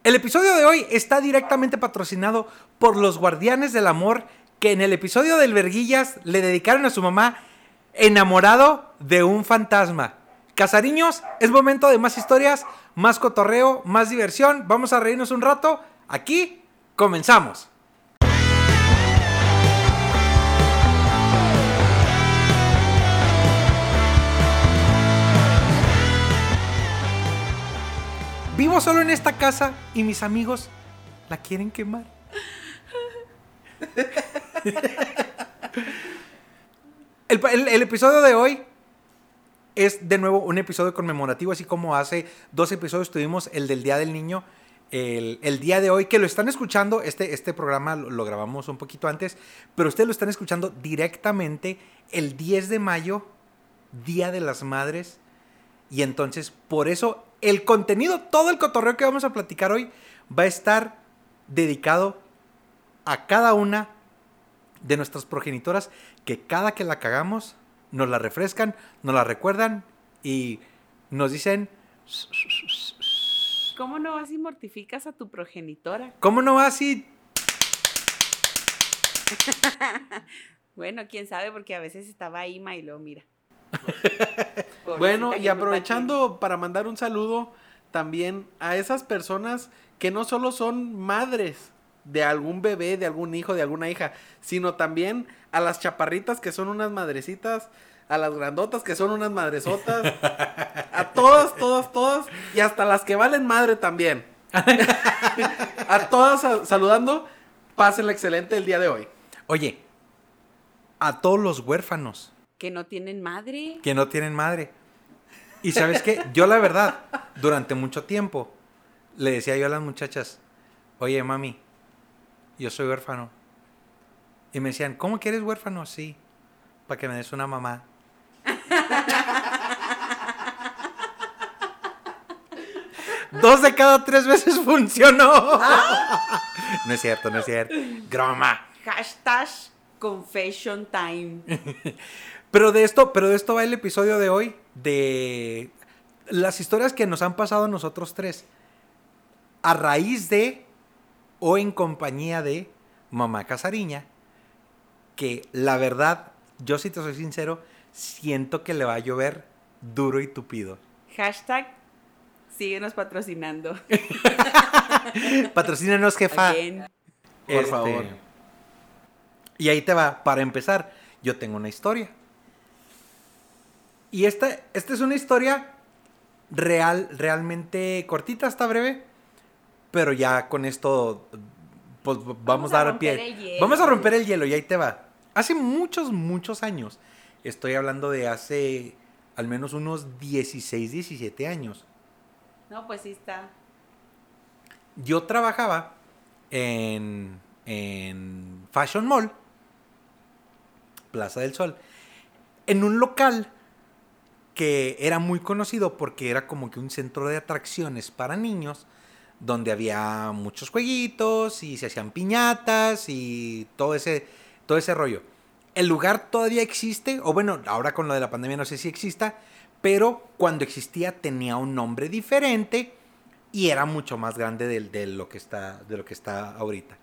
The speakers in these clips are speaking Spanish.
El episodio de hoy está directamente patrocinado por los Guardianes del Amor, que en el episodio del Verguillas le dedicaron a su mamá enamorado de un fantasma. Casariños, es momento de más historias, más cotorreo, más diversión. Vamos a reírnos un rato. Aquí comenzamos. Vivo solo en esta casa y mis amigos la quieren quemar. El episodio de hoy es de nuevo un episodio conmemorativo, así como hace 2 episodios tuvimos el del Día del Niño. El día de hoy, que lo están escuchando, este programa lo grabamos un poquito antes, pero ustedes lo están escuchando directamente el 10 de mayo, Día de las Madres. Y entonces, por eso, el contenido, todo el cotorreo que vamos a platicar hoy va a estar dedicado a cada una de nuestras progenitoras, que cada que la cagamos, nos la refrescan, nos la recuerdan y nos dicen... ¿Cómo no vas y mortificas a tu progenitora? ¿Cómo no vas y...? Bueno, quién sabe, porque a veces estaba Ima y luego mira. Bueno, y aprovechando para mandar un saludo también a esas personas que no solo son madres de algún bebé, de algún hijo, de alguna hija, sino también a las chaparritas que son unas madrecitas, a las grandotas que son unas madresotas, a todas, y hasta las que valen madre también. A todas saludando, pásenla excelente el día de hoy. Oye, a todos los huérfanos que no tienen madre. que no tienen madre. Y ¿sabes qué? Yo la verdad, durante mucho tiempo, le decía yo a las muchachas, oye, mami, yo soy huérfano. Y me decían, ¿cómo que eres huérfano? Sí, para que me des una mamá. 2 de cada 3 veces funcionó. No es cierto, no es cierto. Groma. Hashtag confession time. Pero de esto va el episodio de hoy, de las historias que nos han pasado a nosotros 3 a raíz de o en compañía de mamá Casariña, que la verdad, yo si te soy sincero, siento que le va a llover duro y tupido. Hashtag síguenos patrocinando. Patrocínanos, jefa. Again. Por favor. Y ahí te va, para empezar, yo tengo una historia. Y esta es una historia realmente cortita, está breve, pero ya con esto pues vamos a dar pie. Vamos a romper el hielo y ahí te va. Hace muchos años, estoy hablando de hace al menos unos 16, 17 años. No, pues sí está. Yo trabajaba en Fashion Mall, Plaza del Sol, en un local que era muy conocido porque era como que un centro de atracciones para niños, donde había muchos jueguitos y se hacían piñatas y todo ese rollo. El lugar todavía existe, o bueno, ahora con lo de la pandemia no sé si exista, pero cuando existía tenía un nombre diferente y era mucho más grande de lo que está ahorita.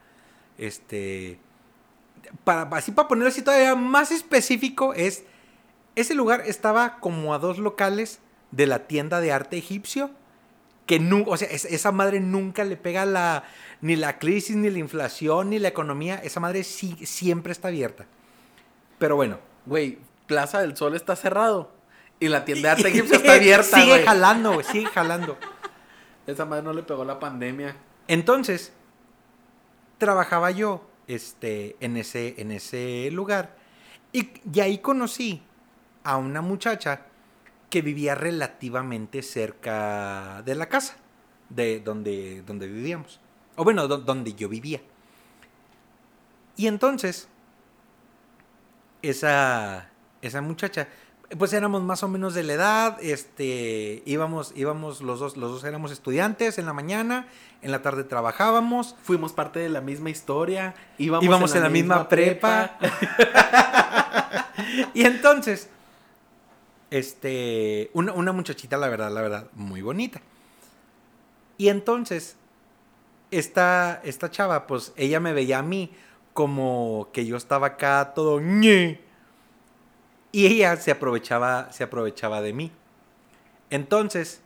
Para ponerlo así todavía más específico, ese lugar estaba como a 2 locales de la tienda de arte egipcio, que o sea, esa madre nunca le pega ni la crisis, ni la inflación, ni la economía. Esa madre siempre está abierta. Pero bueno. Güey, Plaza del Sol está cerrado y la tienda de arte egipcio está abierta, Sigue güey. jalando, güey, sigue jalando. Esa madre no le pegó la pandemia. Entonces, trabajaba yo en ese lugar y ahí conocí a una muchacha que vivía relativamente cerca de la casa de donde vivíamos, o bueno, donde yo vivía. Y entonces esa muchacha, pues éramos más o menos de la edad, íbamos los dos éramos estudiantes en la mañana, en la tarde trabajábamos. Fuimos parte de la misma historia, íbamos en la misma prepa. Y entonces, una muchachita, la verdad, muy bonita. Y entonces, esta chava, pues ella me veía a mí como que yo estaba acá todo ñe. Y ella se aprovechaba de mí. Entonces,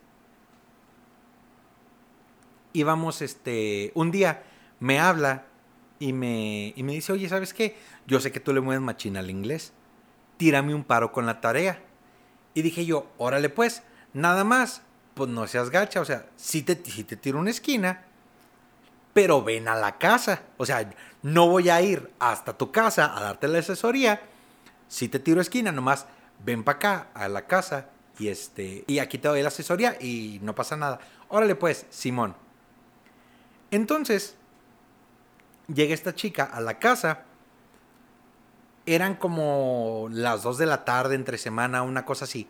íbamos, un día me habla y me dice, oye, ¿sabes qué? Yo sé que tú le mueves machina al inglés. Tírame un paro con la tarea. Y dije yo, órale pues, nada más, pues no seas gacha, o sea, sí te tiro una esquina, pero ven a la casa. O sea, no voy a ir hasta tu casa a darte la asesoría. Si te tiro esquina, nomás ven para acá a la casa y aquí te doy la asesoría y no pasa nada. Órale pues, Simón. Entonces, llega esta chica a la casa. Eran como las 2 de la tarde, entre semana, una cosa así.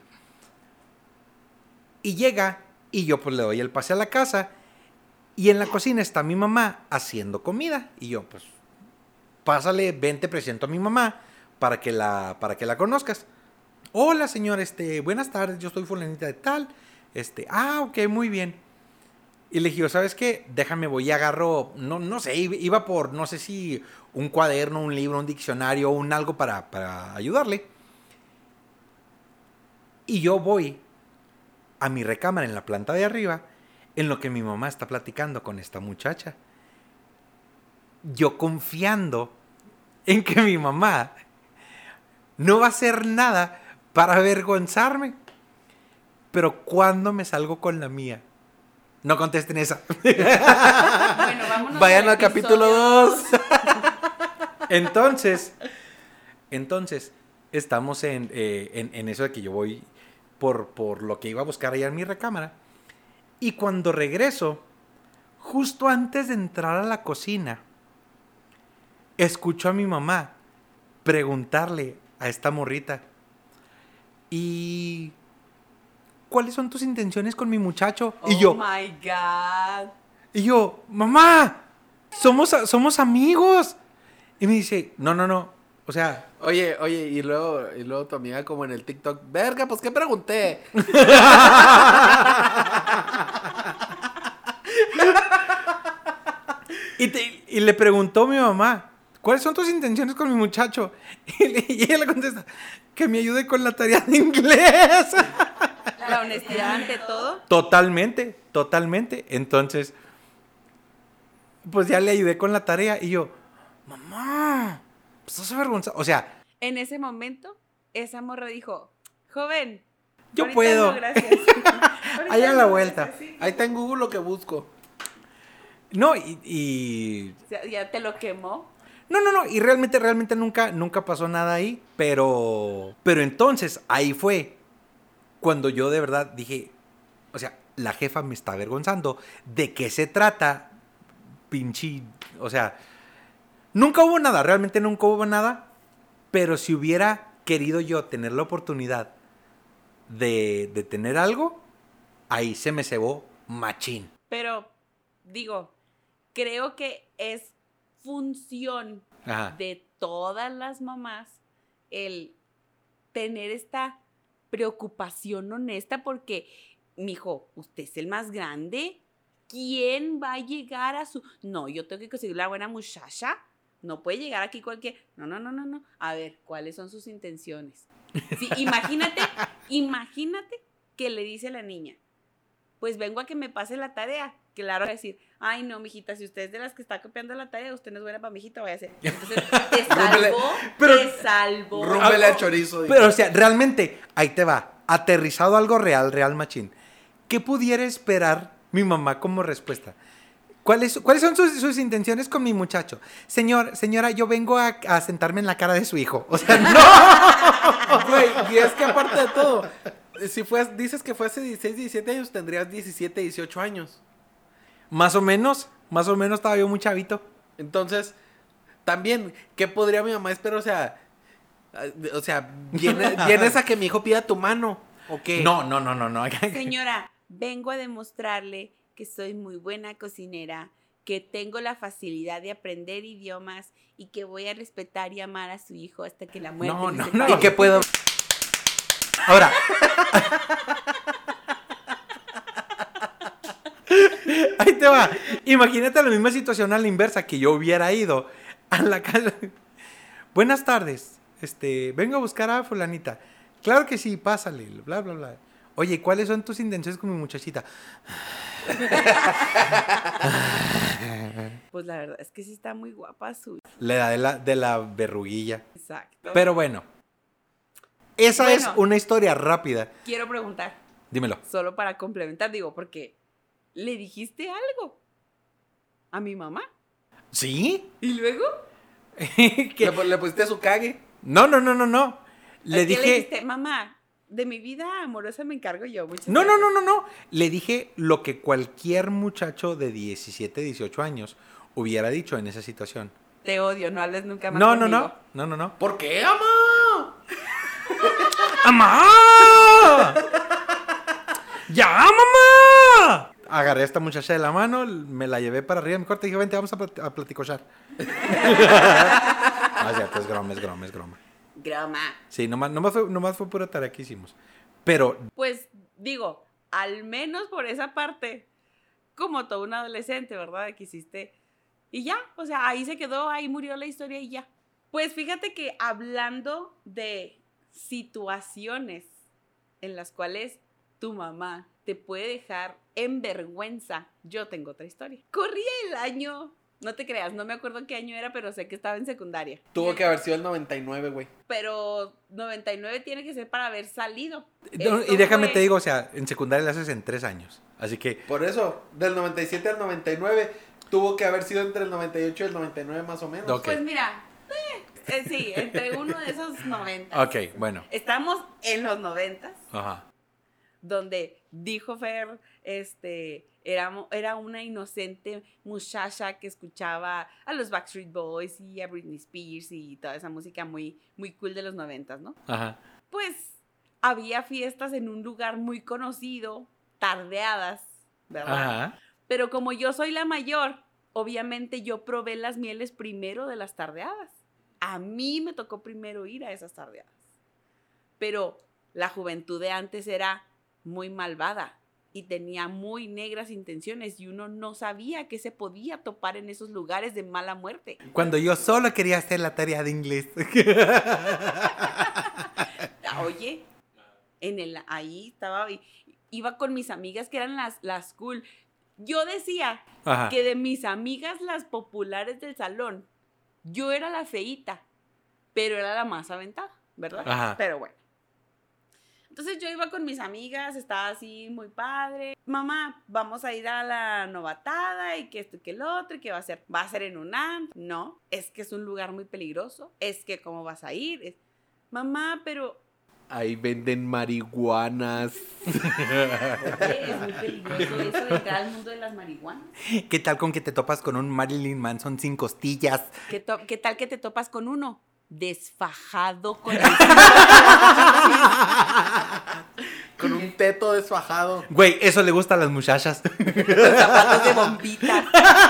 Y llega y yo pues le doy el pase a la casa. Y en la cocina está mi mamá haciendo comida. Y yo, pues, pásale, ven, te presento a mi mamá para que la conozcas. Hola, señor, buenas tardes, yo soy fulanita de tal. Ok, muy bien. Y le dije, ¿sabes qué? Déjame, voy y agarro, no sé, iba por, no sé si un cuaderno, un libro, un diccionario, un algo para ayudarle. Y yo voy a mi recámara en la planta de arriba, en lo que mi mamá está platicando con esta muchacha. Yo confiando en que mi mamá no va a hacer nada para avergonzarme. Pero cuando me salgo con la mía, no contesten esa. Bueno, vámonos. Vayan al capítulo 2. Entonces, estamos en eso de que yo voy por lo que iba a buscar allá en mi recámara. Y cuando regreso, justo antes de entrar a la cocina, escucho a mi mamá preguntarle a esta morrita, ¿y cuáles son tus intenciones con mi muchacho? Oh, y yo, my God. Y yo, mamá, somos amigos. Y me dice, no, o sea... Oye, y luego tu amiga como en el TikTok, verga, pues ¿qué pregunté? y le preguntó a mi mamá, ¿cuáles son tus intenciones con mi muchacho? Y ella le contesta, que me ayude con la tarea de inglés. La honestidad ante todo. Totalmente. Entonces, pues ya le ayudé con la tarea y yo, mamá, pues estás avergonzada. O sea, En ese momento, esa morra dijo, joven, yo ahorita puedo. no, gracias. Ahorita Allá a la no, vuelta. gracias, sí. Ahí está en Google lo que busco. No, y O sea, ya te lo quemó. No, y realmente nunca pasó nada ahí, pero entonces ahí fue cuando yo de verdad dije, o sea, la jefa me está avergonzando, ¿de qué se trata? Pinche, o sea, realmente nunca hubo nada, pero si hubiera querido yo tener la oportunidad de tener algo, ahí se me cebó machín. Pero, digo, creo que es función Ajá. de todas las mamás el tener esta preocupación honesta porque, mijo, usted es el más grande. ¿Quién va a llegar a su...? No, yo tengo que conseguir la buena muchacha. No puede llegar aquí cualquier... No. A ver, ¿cuáles son sus intenciones? Sí, imagínate que le dice a la niña, pues vengo a que me pase la tarea. Claro, va a decir, ay no, mijita, si usted es de las que está copiando la tarea, usted no es buena para mijita, vaya a hacer. Entonces, te salvó. Rúmbele al chorizo. Pero, o sea, realmente, ahí te va, aterrizado algo real machín. ¿Qué pudiera esperar mi mamá como respuesta? ¿Cuáles son sus intenciones con mi muchacho? Señora, yo vengo a sentarme en la cara de su hijo. O sea, no. Güey, y es que aparte de todo, dices que fue hace 16, 17 años, tendrías 17, 18 años. Más o menos estaba yo muy chavito. Entonces, también, ¿qué podría mi mamá esperar? O sea, ¿vienes a que mi hijo pida tu mano? ¿O qué? No. Señora, vengo a demostrarle que soy muy buena cocinera, que tengo la facilidad de aprender idiomas y que voy a respetar y amar a su hijo hasta que la muerte nos separe. ¿Y qué puedo? Ahora. Ahí ahí te va. Imagínate la misma situación a la inversa, que yo hubiera ido a la casa. Buenas tardes, vengo a buscar a fulanita. Claro que sí, pásale, bla, bla, bla. Oye, ¿cuáles son tus intenciones con mi muchachita? Pues la verdad es que sí está muy guapa su... La edad de la verruguilla. Exacto. Pero bueno, esa es una historia rápida. Quiero preguntar. Dímelo. Solo para complementar, digo, porque le dijiste algo a mi mamá. ¿Sí? ¿Y luego? ¿Le pusiste su cague? No. Le ¿Qué dije... le dijiste? Mamá, de mi vida amorosa me encargo yo. Muchas No. gracias. Le dije lo que cualquier muchacho de 17, 18 años hubiera dicho en esa situación. Te odio, no hables nunca más conmigo. No. ¿Por qué, mamá? ¡Mamá! ¡Ya, mamá! Agarré a esta muchacha de la mano, me la llevé para arriba de mi corte y dije, vente, vamos a platicochar. Es broma. Grama. Sí, nomás fue pura tarea que hicimos. Pero... Pues digo, al menos por esa parte, como todo un adolescente, ¿verdad? Que hiciste. Y ya, o sea, ahí se quedó, ahí murió la historia y ya. Pues fíjate que hablando de situaciones en las cuales tu mamá te puede dejar en vergüenza, yo tengo otra historia. Corría el año, no te creas, no me acuerdo qué año era, pero sé que estaba en secundaria. Tuvo que haber sido el 99, güey. Pero 99 tiene que ser para haber salido. Y déjame te digo, o sea, en secundaria la haces en 3 años. Así que... Por eso, del 97 al 99, tuvo que haber sido entre el 98 y el 99 más o menos. Ok. Pues mira, sí, entre uno de esos 90. Ok, bueno. Estamos en los 90, Ajá. donde dijo Fer, era una inocente muchacha que escuchaba a los Backstreet Boys y a Britney Spears y toda esa música muy, muy cool de los 90, ¿no? Ajá. Pues había fiestas en un lugar muy conocido, tardeadas, ¿verdad? Ajá. Pero como yo soy la mayor, obviamente yo probé las mieles primero de las tardeadas. A mí me tocó primero ir a esas tardeadas. Pero la juventud de antes era muy malvada y tenía muy negras intenciones y uno no sabía qué se podía topar en esos lugares de mala muerte. Cuando yo solo quería hacer la tarea de inglés. Oye, ahí estaba, iba con mis amigas que eran las cool. Yo decía Ajá. que de mis amigas las populares del salón, yo era la feíta, pero era la más aventada, ¿verdad? Ajá. Pero bueno. Entonces yo iba con mis amigas, estaba así muy padre. Mamá, vamos a ir a la novatada y que esto y que el otro, y que va a ser en un antro. No, es que es un lugar muy peligroso. Es que ¿cómo vas a ir? Mamá, pero... Ahí venden marihuanas. Es muy peligroso eso de entrar al mundo de las marihuanas. ¿Qué tal con que te topas con un Marilyn Manson sin costillas? ¿Qué tal que te topas con uno? Desfajado con el... Con un teto desfajado. Güey, eso le gusta a las muchachas. zapatos de bombita.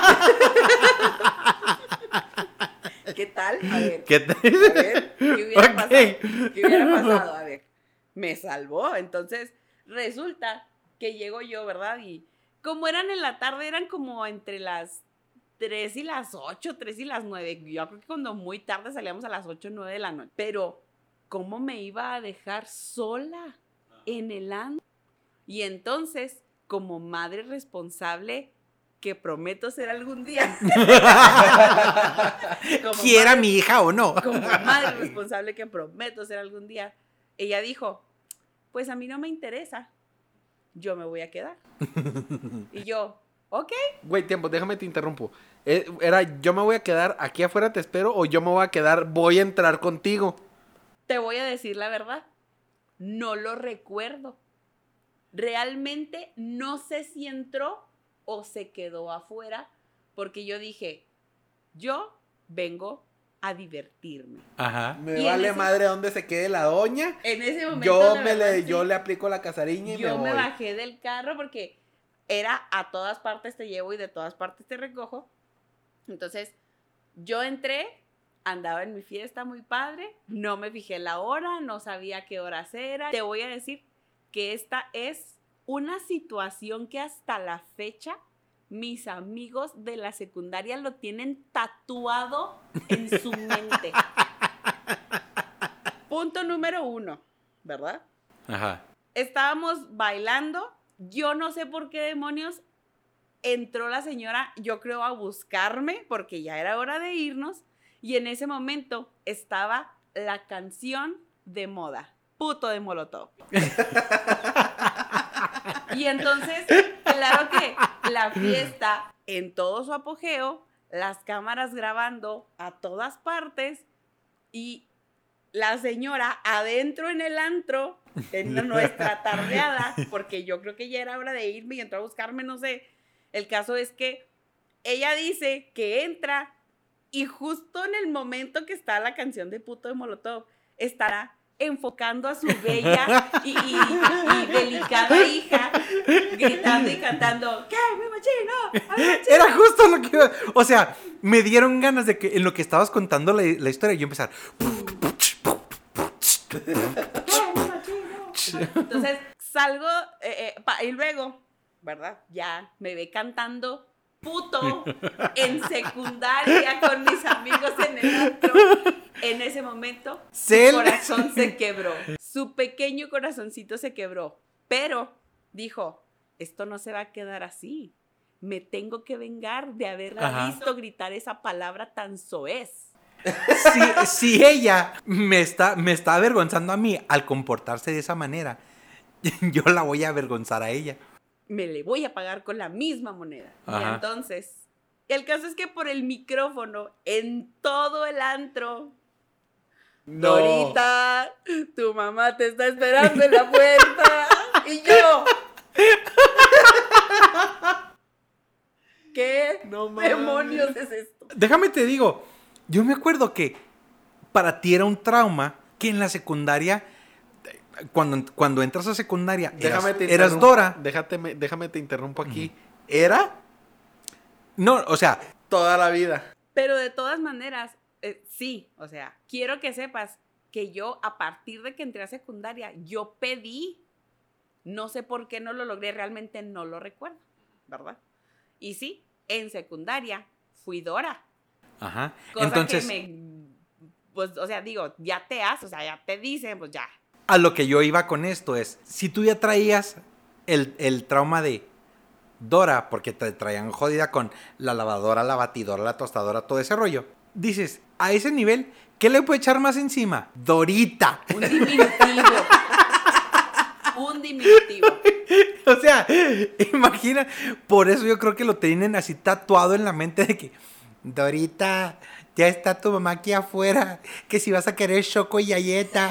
¿Qué tal? A ver. ¿Qué tal? A ver, ¿qué hubiera Ok. pasado? ¿Qué hubiera pasado? A ver, me salvó. Entonces, resulta que llego yo, ¿verdad? Y como eran en la tarde, eran como entre las 3 y las 8, 3 y las 9. Yo creo que cuando muy tarde salíamos a las 8, 9 de la noche. Pero, ¿cómo me iba a dejar sola en el antro? Y entonces, como madre responsable, que prometo ser algún día. Quiera mi hija o no. Como madre responsable que prometo ser algún día, ella dijo, pues a mí no me interesa, yo me voy a quedar. Y yo, ok. Güey, tiempo, déjame te interrumpo. Era, yo me voy a quedar aquí afuera, te espero, o yo me voy a quedar, voy a entrar contigo. Te voy a decir la verdad, no lo recuerdo. Realmente no sé si entró o se quedó afuera, porque yo dije, yo vengo a divertirme. Ajá. Me Y en vale ese- madre donde se quede la doña. En ese momento, Yo la verdad, sí, yo le aplico la casariña y yo me me voy. bajé del carro porque era a todas partes te llevo y de todas partes te recojo. Entonces, yo entré, andaba en mi fiesta muy padre, no me fijé la hora, no sabía qué horas era. Te voy a decir que esta es una situación que hasta la fecha mis amigos de la secundaria lo tienen tatuado en su mente. Punto número 1, ¿verdad? Ajá. Estábamos bailando, yo no sé por qué demonios entró la señora, yo creo, a buscarme, porque ya era hora de irnos, y en ese momento estaba la canción de moda, Puto de Molotov. Y entonces, claro que la fiesta en todo su apogeo, las cámaras grabando a todas partes y la señora adentro en el antro, en nuestra tardeada, porque yo creo que ya era hora de irme y entró a buscarme, no sé. El caso es que ella dice que entra y justo en el momento que está la canción de Puto de Molotov, estará enfocando a su bella y delicada hija, gritando y cantando, ¿qué? ¡Mi machino! Era justo lo que iba... O sea, me dieron ganas de que en lo que estabas contando la historia, yo empezar... Entonces salgo y luego, ¿verdad? Ya me ve cantando puto en secundaria con mis amigos en el antro. En ese momento su corazón se quebró. Su pequeño corazoncito se quebró. Pero dijo, esto no se va a quedar así. Me tengo que vengar de haberla visto gritar esa palabra tan soez. Si ella me está avergonzando a mí al comportarse de esa manera, yo la voy a avergonzar a ella. Me le voy a pagar con la misma moneda. Ajá. Y entonces, el caso es que por el micrófono, en todo el antro, No. Dorita, tu mamá te está esperando en la puerta. Y yo, ¿qué demonios es esto? Déjame te digo, yo me acuerdo que para ti era un trauma que en la secundaria, cuando entras a secundaria, eras Dora. Déjame te interrumpo aquí. ¿Era? No, o sea, Toda la vida. Pero de todas maneras, sí, o sea, quiero que sepas que yo, a partir de que entré a secundaria, yo pedí, no sé por qué no lo logré, realmente no lo recuerdo, ¿verdad? Y sí, en secundaria fui Dora. ajá. Cosa Entonces, pues, o sea, digo, ya te haces, o sea, ya te dicen, pues ya. a lo que yo iba con esto es, si tú ya traías el trauma de Dora, porque te traían jodida con la lavadora, la batidora, la tostadora, todo ese rollo, dices, a ese nivel, ¿qué le puedo echar más encima? Dorita. Un diminutivo. Un diminutivo. O sea, imagina, por eso yo creo que lo tienen así tatuado en la mente de que, Dorita, ya está tu mamá aquí afuera, que si vas a querer choco y galleta.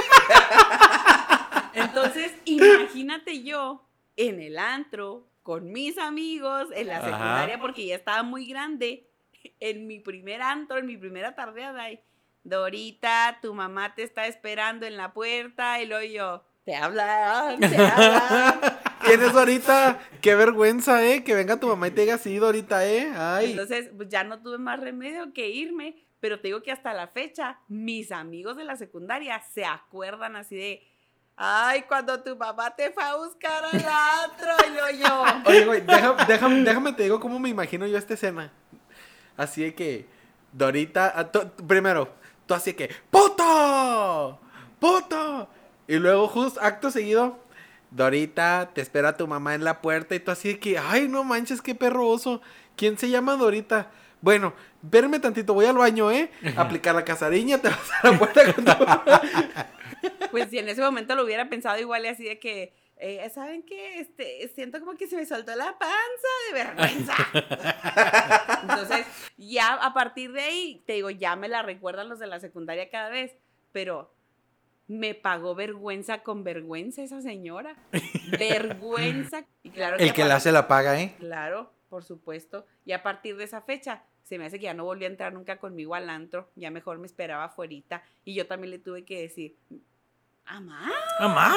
Entonces, imagínate yo en el antro, con mis amigos, en la secundaria, porque ya estaba muy grande, en mi primer antro, en mi primera tardeada, y Dorita, tu mamá te está esperando en la puerta, y luego yo, te hablan. ¿Quién es Dorita? Qué vergüenza, que venga tu mamá y te diga así, Dorita, ay. Entonces, pues ya no tuve más remedio que irme, pero te digo que hasta la fecha, mis amigos de la secundaria se acuerdan así de, ay, cuando tu mamá te fue a buscar al antro, y luego yo. Oye, güey, déjame te digo cómo me imagino yo esta escena. Así de que, Dorita, primero, tú así de que, ¡puto! ¡Puto! Y luego, justo, acto seguido, Dorita, te espera tu mamá en la puerta, y tú así de que, ay, no manches, qué perro oso. ¿Quién se llama Dorita? Bueno, espérame tantito, voy al baño, aplicar la casariña, te vas a la puerta con tu mamá. Pues si en ese momento lo hubiera pensado igual y así de que, ¿saben qué? Siento como que se me soltó la panza de vergüenza. Entonces, ya a partir de ahí, te digo, ya me la recuerdan los de la secundaria cada vez, pero me pagó vergüenza con vergüenza esa señora. Vergüenza. Y claro El que la hace la paga, ¿eh? Claro, por supuesto. Y a partir de esa fecha, se me hace que ya no volví a entrar nunca conmigo al antro. Ya mejor me esperaba afuerita. Y yo también le tuve que decir, ¡Amá! ¡Mamá!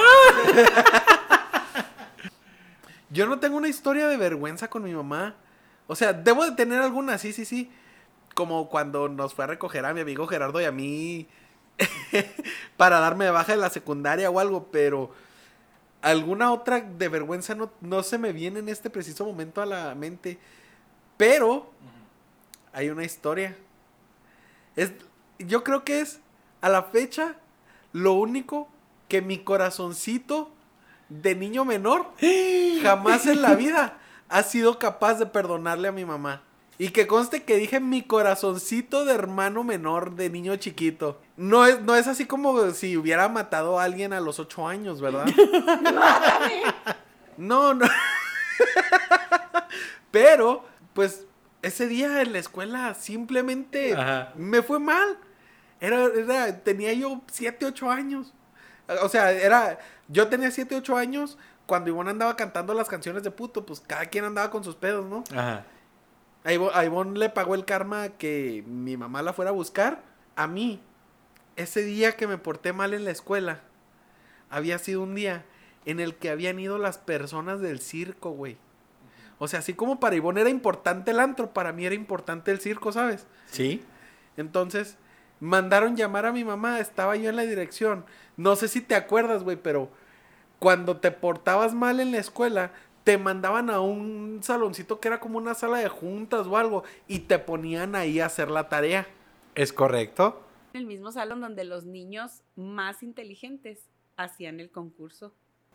Yo no tengo una historia de vergüenza con mi mamá. O sea, debo de tener alguna, sí. Como cuando nos fue a recoger a mi amigo Gerardo y a mí para darme de baja de la secundaria o algo, pero Alguna otra de vergüenza no se me viene en este preciso momento a la mente. Pero hay una historia. Yo creo que es, a la fecha, lo único que mi corazoncito de niño menor jamás en la vida ha sido capaz de perdonarle a mi mamá. Y que conste que dije mi corazoncito de hermano menor, de niño chiquito. No es así como si hubiera matado a alguien a los 8 años, ¿verdad? No. Pero, pues, ese día en la escuela simplemente me fue mal. Tenía yo 7, 8 años. O sea, yo tenía 7, 8 años cuando Ivonne andaba cantando las canciones de puto. Pues cada quien andaba con sus pedos, ¿no? Ajá. A Ivonne le pagó el karma que mi mamá la fuera a buscar. A mí, ese día que me porté mal en la escuela, había sido un día en el que habían ido las personas del circo, güey. O sea, así como para Ivonne era importante el antro, para mí era importante el circo, ¿sabes? Sí. Entonces, mandaron llamar a mi mamá, estaba yo en la dirección. No sé si te acuerdas, güey, pero cuando te portabas mal en la escuela, te mandaban a un saloncito que era como una sala de juntas o algo, y te ponían ahí a hacer la tarea. ¿Es correcto? En el mismo salón donde los niños más inteligentes hacían el concurso.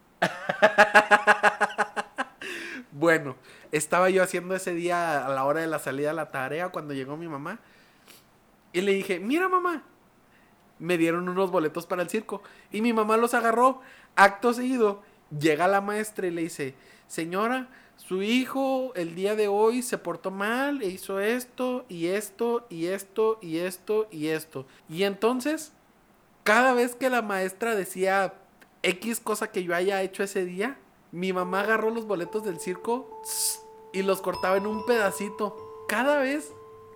Bueno, estaba yo haciendo ese día a la hora de la salida a la tarea cuando llegó mi mamá. Y le dije, mira mamá, me dieron unos boletos para el circo. Y mi mamá los agarró. Acto seguido, llega la maestra y le dice, señora, su hijo el día de hoy se portó mal e hizo esto y esto y esto y esto y esto. Y entonces, cada vez que la maestra decía X cosa que yo haya hecho ese día, mi mamá agarró los boletos del circo y los cortaba en un pedacito. Cada vez.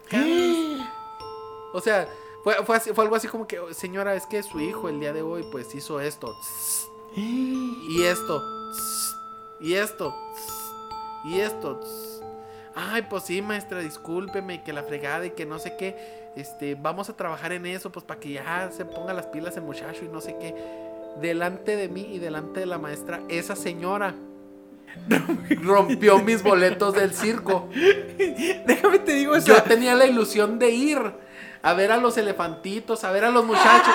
O sea, fue algo así como que, señora, es que su hijo el día de hoy pues hizo esto. Y esto. Y esto. Y esto. Ay, pues sí, maestra, discúlpeme, que la fregada y que no sé qué. Vamos a trabajar en eso, pues para que ya se ponga las pilas el muchacho y no sé qué. Delante de mí y delante de la maestra, esa señora rompió mis boletos del circo. Déjame te digo eso. Yo tenía la ilusión de ir a ver a los elefantitos, a ver a los muchachos.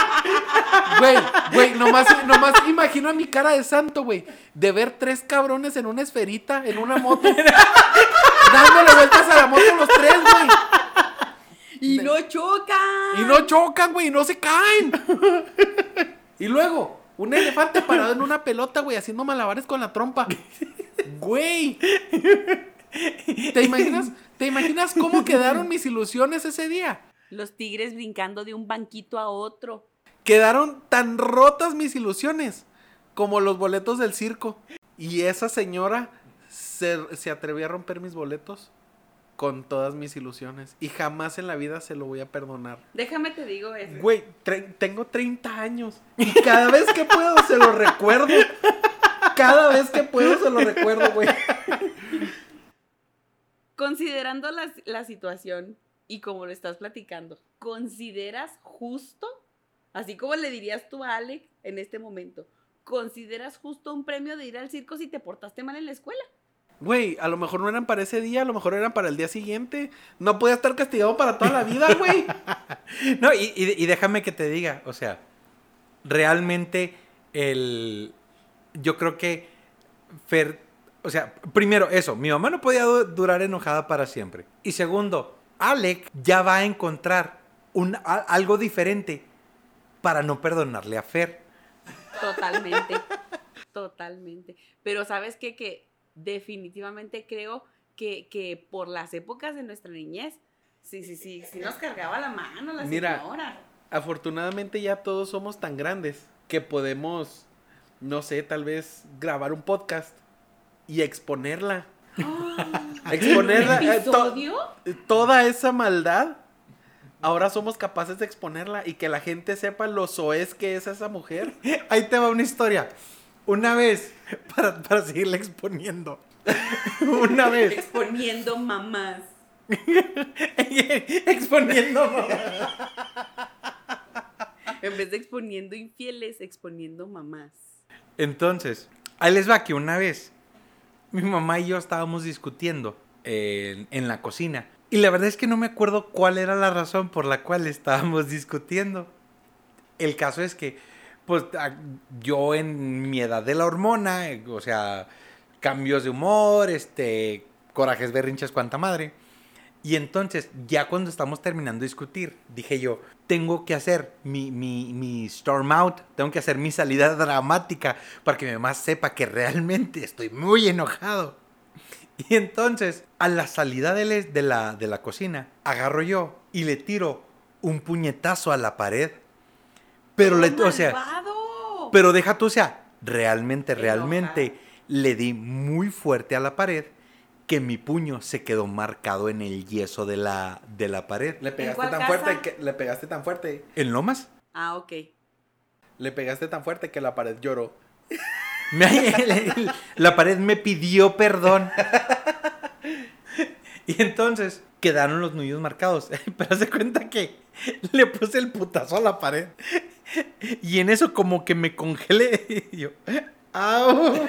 Güey, nomás imagino a mi cara de santo, güey, de ver 3 cabrones en una esferita, en una moto, dándole vueltas a la moto los 3, güey. Y no chocan, güey, y no se caen. Y luego, un elefante parado en una pelota, güey, haciendo malabares con la trompa. Güey. ¿Te imaginas cómo quedaron mis ilusiones ese día? Los tigres brincando de un banquito a otro. Quedaron tan rotas mis ilusiones como los boletos del circo. Y esa señora se atrevió a romper mis boletos con todas mis ilusiones. Y jamás en la vida se lo voy a perdonar. Déjame te digo eso. Güey, tengo 30 años. Y cada vez que puedo se lo recuerdo. Güey. Considerando la situación y como lo estás platicando, ¿consideras justo? Así como le dirías tú a Alec en este momento, ¿consideras justo un premio de ir al circo si te portaste mal en la escuela? Güey, a lo mejor no eran para ese día, a lo mejor eran para el día siguiente. No podía estar castigado para toda la vida, güey. No, y déjame que te diga, o sea, realmente yo creo que Fer, o sea, primero eso, mi mamá no podía durar enojada para siempre. Y segundo, Alec ya va a encontrar algo diferente para no perdonarle a Fer. Totalmente. Pero ¿sabes qué? Que definitivamente creo que por las épocas de nuestra niñez, sí nos cargaba la mano la señora. Mira, afortunadamente ya todos somos tan grandes que podemos, no sé, tal vez grabar un podcast y exponerla. Exponerla. ¿Un episodio? Toda esa maldad. Ahora somos capaces de exponerla y que la gente sepa lo soez que es esa mujer. Ahí te va una historia. Una vez, para seguirla exponiendo. Una vez. Exponiendo mamás. Exponiendo mamás. En vez de exponiendo infieles, exponiendo mamás. Entonces, ahí les va que una vez mi mamá y yo estábamos discutiendo en la cocina. Y la verdad es que no me acuerdo cuál era la razón por la cual estábamos discutiendo. El caso es que, pues, yo en mi edad de la hormona, o sea, cambios de humor, corajes, berrinches, cuanta madre. Y entonces, ya cuando estamos terminando de discutir, dije yo, tengo que hacer mi storm out, tengo que hacer mi salida dramática para que mi mamá sepa que realmente estoy muy enojado. Y entonces, a la salida de la cocina, agarro yo y le tiro un puñetazo a la pared. Pero o sea, ¡Malvado! pero deja tú, o sea, realmente Enojado. le di muy fuerte a la pared que mi puño se quedó marcado en el yeso de la pared. Le pegaste cuál tan casa? fuerte que le pegaste tan fuerte. ¿En Lomas? Ah, ok. Le pegaste tan fuerte que la pared lloró. La pared me pidió perdón. Y entonces quedaron los nudillos marcados. Pero se cuenta que le puse el putazo a la pared. Y en eso como que me congelé. Y yo, ¡au!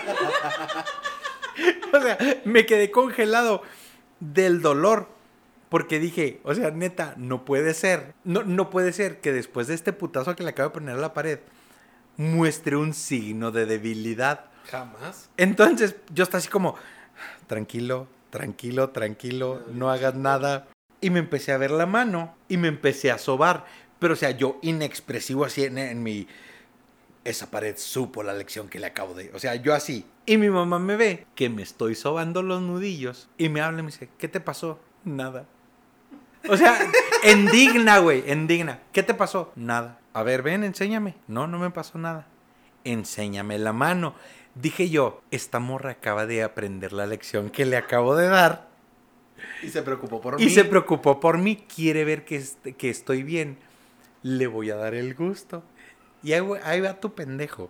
O sea, me quedé congelado del dolor. Porque dije, o sea, neta, no puede ser. No puede ser que después de este putazo que le acabo de poner a la pared, muestre un signo de debilidad. Jamás. Entonces, yo estaba así como, tranquilo, no hagas nada. Y me empecé a ver la mano y me empecé a sobar. Pero, o sea, yo inexpresivo así en mi... Esa pared supo la lección que le acabo de... O sea, yo así. Y mi mamá me ve que me estoy sobando los nudillos y me habla y me dice, ¿qué te pasó? Nada. O sea, indigna, güey, indigna. ¿Qué te pasó? Nada. A ver, ven, enséñame. No me pasó nada. Enséñame la mano. Dije yo, esta morra acaba de aprender la lección que le acabo de dar. Y se preocupó por mí. Y se preocupó por mí. Quiere ver que estoy bien. Le voy a dar el gusto. Y ahí va tu pendejo.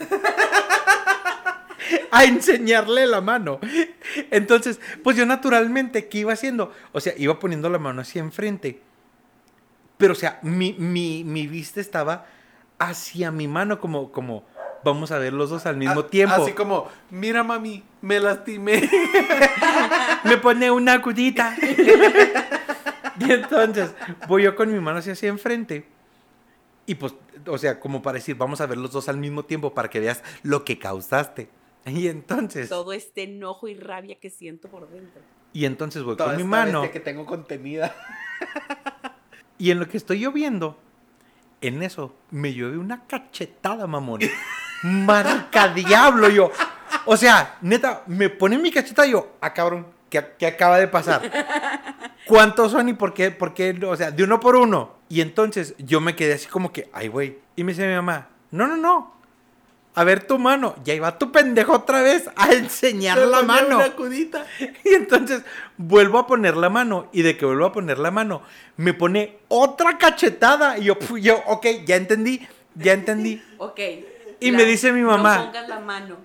A enseñarle la mano. Entonces, pues yo naturalmente, ¿qué iba haciendo? O sea, iba poniendo la mano hacia enfrente. Pero, o sea, mi vista estaba hacia mi mano como vamos a ver los dos al mismo tiempo. Así como, mira mami, me lastimé. Me pone una cudita. Y entonces, voy yo con mi mano hacia enfrente. Y pues, o sea, como para decir, vamos a ver los dos al mismo tiempo para que veas lo que causaste. Y entonces... Todo este enojo y rabia que siento por dentro. Y entonces voy Toda con mi esta mano. bestia que tengo contenida. Y en lo que estoy lloviendo, en eso me llueve una cachetada, mamón. Marca diablo, yo. O sea, neta, me pone mi cacheta y yo, cabrón, ¿qué acaba de pasar? ¿Cuántos son y por qué? O sea, de uno por uno. Y entonces yo me quedé así como que, ay, güey. Y me dice mi mamá, no. A ver tu mano. Y ahí va tu pendejo otra vez a enseñar la mano. Una cudita. Y entonces vuelvo a poner la mano. Y de que vuelvo a poner la mano, me pone otra cachetada. Y yo, ok, ya entendí. Ok. Y me dice mi mamá. No pongas la mano.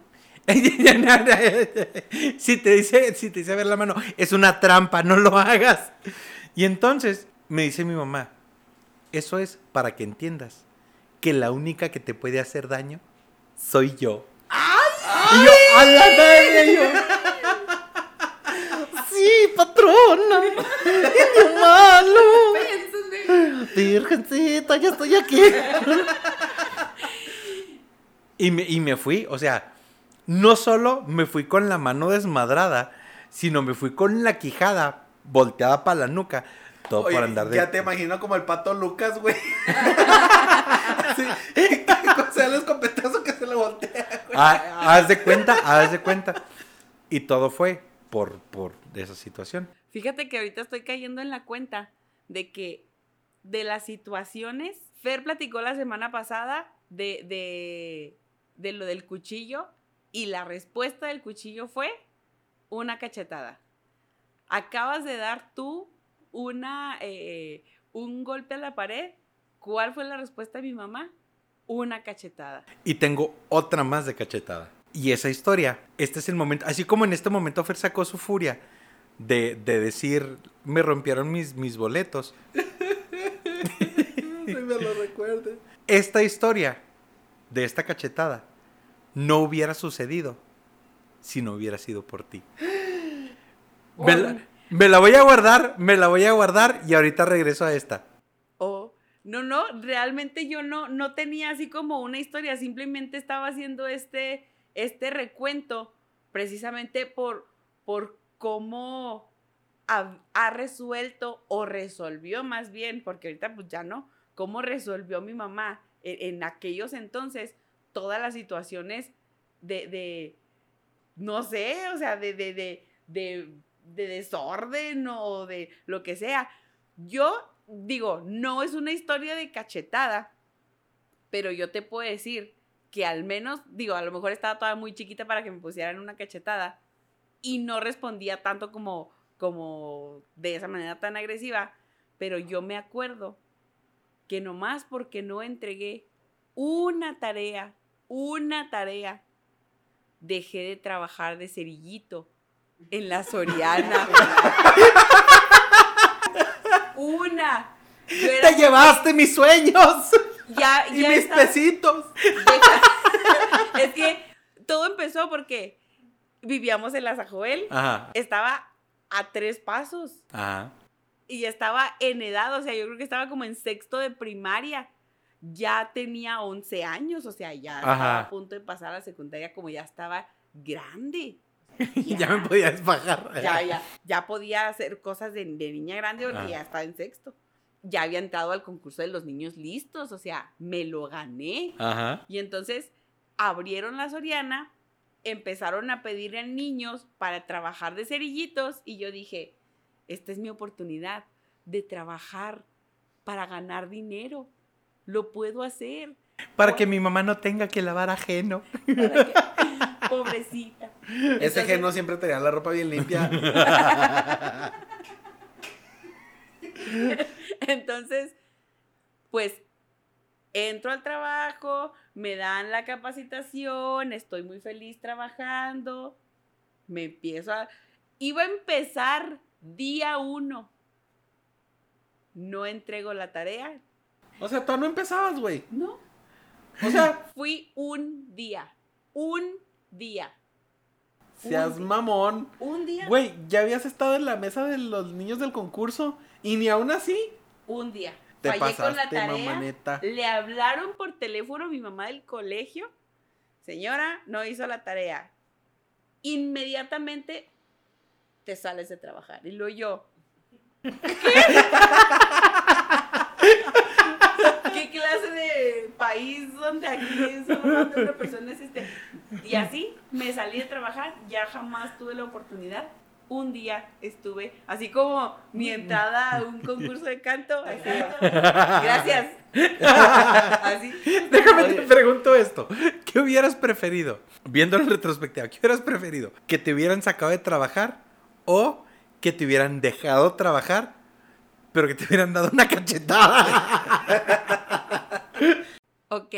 Si te dice ver la mano, es una trampa, no lo hagas. Y entonces me dice mi mamá, eso es para que entiendas que la única que te puede hacer daño soy yo. ¡Ay! Y yo, a la madre, yo. Sí, patrona. ¡Qué malo! Virgencita, ya estoy aquí. Y me fui, o sea, no solo me fui con la mano desmadrada, sino me fui con la quijada volteada para la nuca. Todo Oye, por andar de... Ya te imagino como el pato Lucas, güey. Sí, o sea, el escopetazo que se le voltea, güey. Haz de cuenta. Y todo fue por esa situación. Fíjate que ahorita estoy cayendo en la cuenta de que de las situaciones, Fer platicó la semana pasada de lo del cuchillo y la respuesta del cuchillo fue una cachetada. Acabas de dar tú un golpe a la pared. ¿Cuál fue la respuesta de mi mamá? Una cachetada. Y tengo otra más de cachetada. Y esa historia, este es el momento, así como en este momento Fer sacó su furia de decir, me rompieron mis boletos. Sí, me lo recuerde. Esta historia de esta cachetada no hubiera sucedido si no hubiera sido por ti. Me la voy a guardar y ahorita regreso a esta. No, realmente yo no tenía así como una historia, simplemente estaba haciendo este recuento precisamente por cómo ha resuelto o resolvió más bien, porque ahorita pues ya no, cómo resolvió mi mamá en aquellos entonces todas las situaciones de no sé, o sea, de desorden o de lo que sea. Yo digo, no es una historia de cachetada, pero yo te puedo decir que al menos, digo, a lo mejor estaba todavía muy chiquita para que me pusieran una cachetada y no respondía tanto como de esa manera tan agresiva, pero yo me acuerdo que nomás porque no entregué una tarea, dejé de trabajar de cerillito en la Soriana. ¡Te llevaste mis sueños! Y mis pesitos. Es que todo empezó porque vivíamos en la Sajoel. Ajá. Estaba a 3 pasos. Ajá. Y estaba en edad, o sea, yo creo que estaba como en 6º de primaria. Ya tenía 11 años, o sea, ya estaba a punto de pasar a la secundaria, como ya estaba grande. Ya me podía desbajar. Ya podía hacer cosas de niña grande porque ya estaba en 6º. Ya había entrado al concurso de los niños listos, o sea, me lo gané. Ajá. Y entonces abrieron la Soriana, empezaron a pedir a niños para trabajar de cerillitos y yo dije, esta es mi oportunidad de trabajar para ganar dinero. Lo puedo hacer. Para que mi mamá no tenga que lavar ajeno. Pobrecita. Ese ajeno siempre tenía la ropa bien limpia. Entonces, pues, entro al trabajo, me dan la capacitación, estoy muy feliz trabajando, iba a empezar día 1, no entrego la tarea. O sea, tú no empezabas, güey. No. O sea, fui un día. Seas mamón. Un día. Güey, ya habías estado en la mesa de los niños del concurso y ni aún así. Un día. Te Fallé pasaste, con la tarea. mamaneta. Le hablaron por teléfono a mi mamá del colegio. Señora, no hizo la tarea. Inmediatamente te sales de trabajar. Y luego yo. ¿Qué? ¿Qué clase de país donde aquí solamente una persona es este? Y así me salí de trabajar, ya jamás tuve la oportunidad. Un día estuve, así como mi entrada a un concurso de canto, así, gracias. Así. Déjame te pregunto esto. ¿Qué hubieras preferido? Viéndolo en retrospectiva, ¿qué hubieras preferido? ¿Que te hubieran sacado de trabajar o que te hubieran dejado trabajar, pero que te hubieran dado una cachetada? Ok,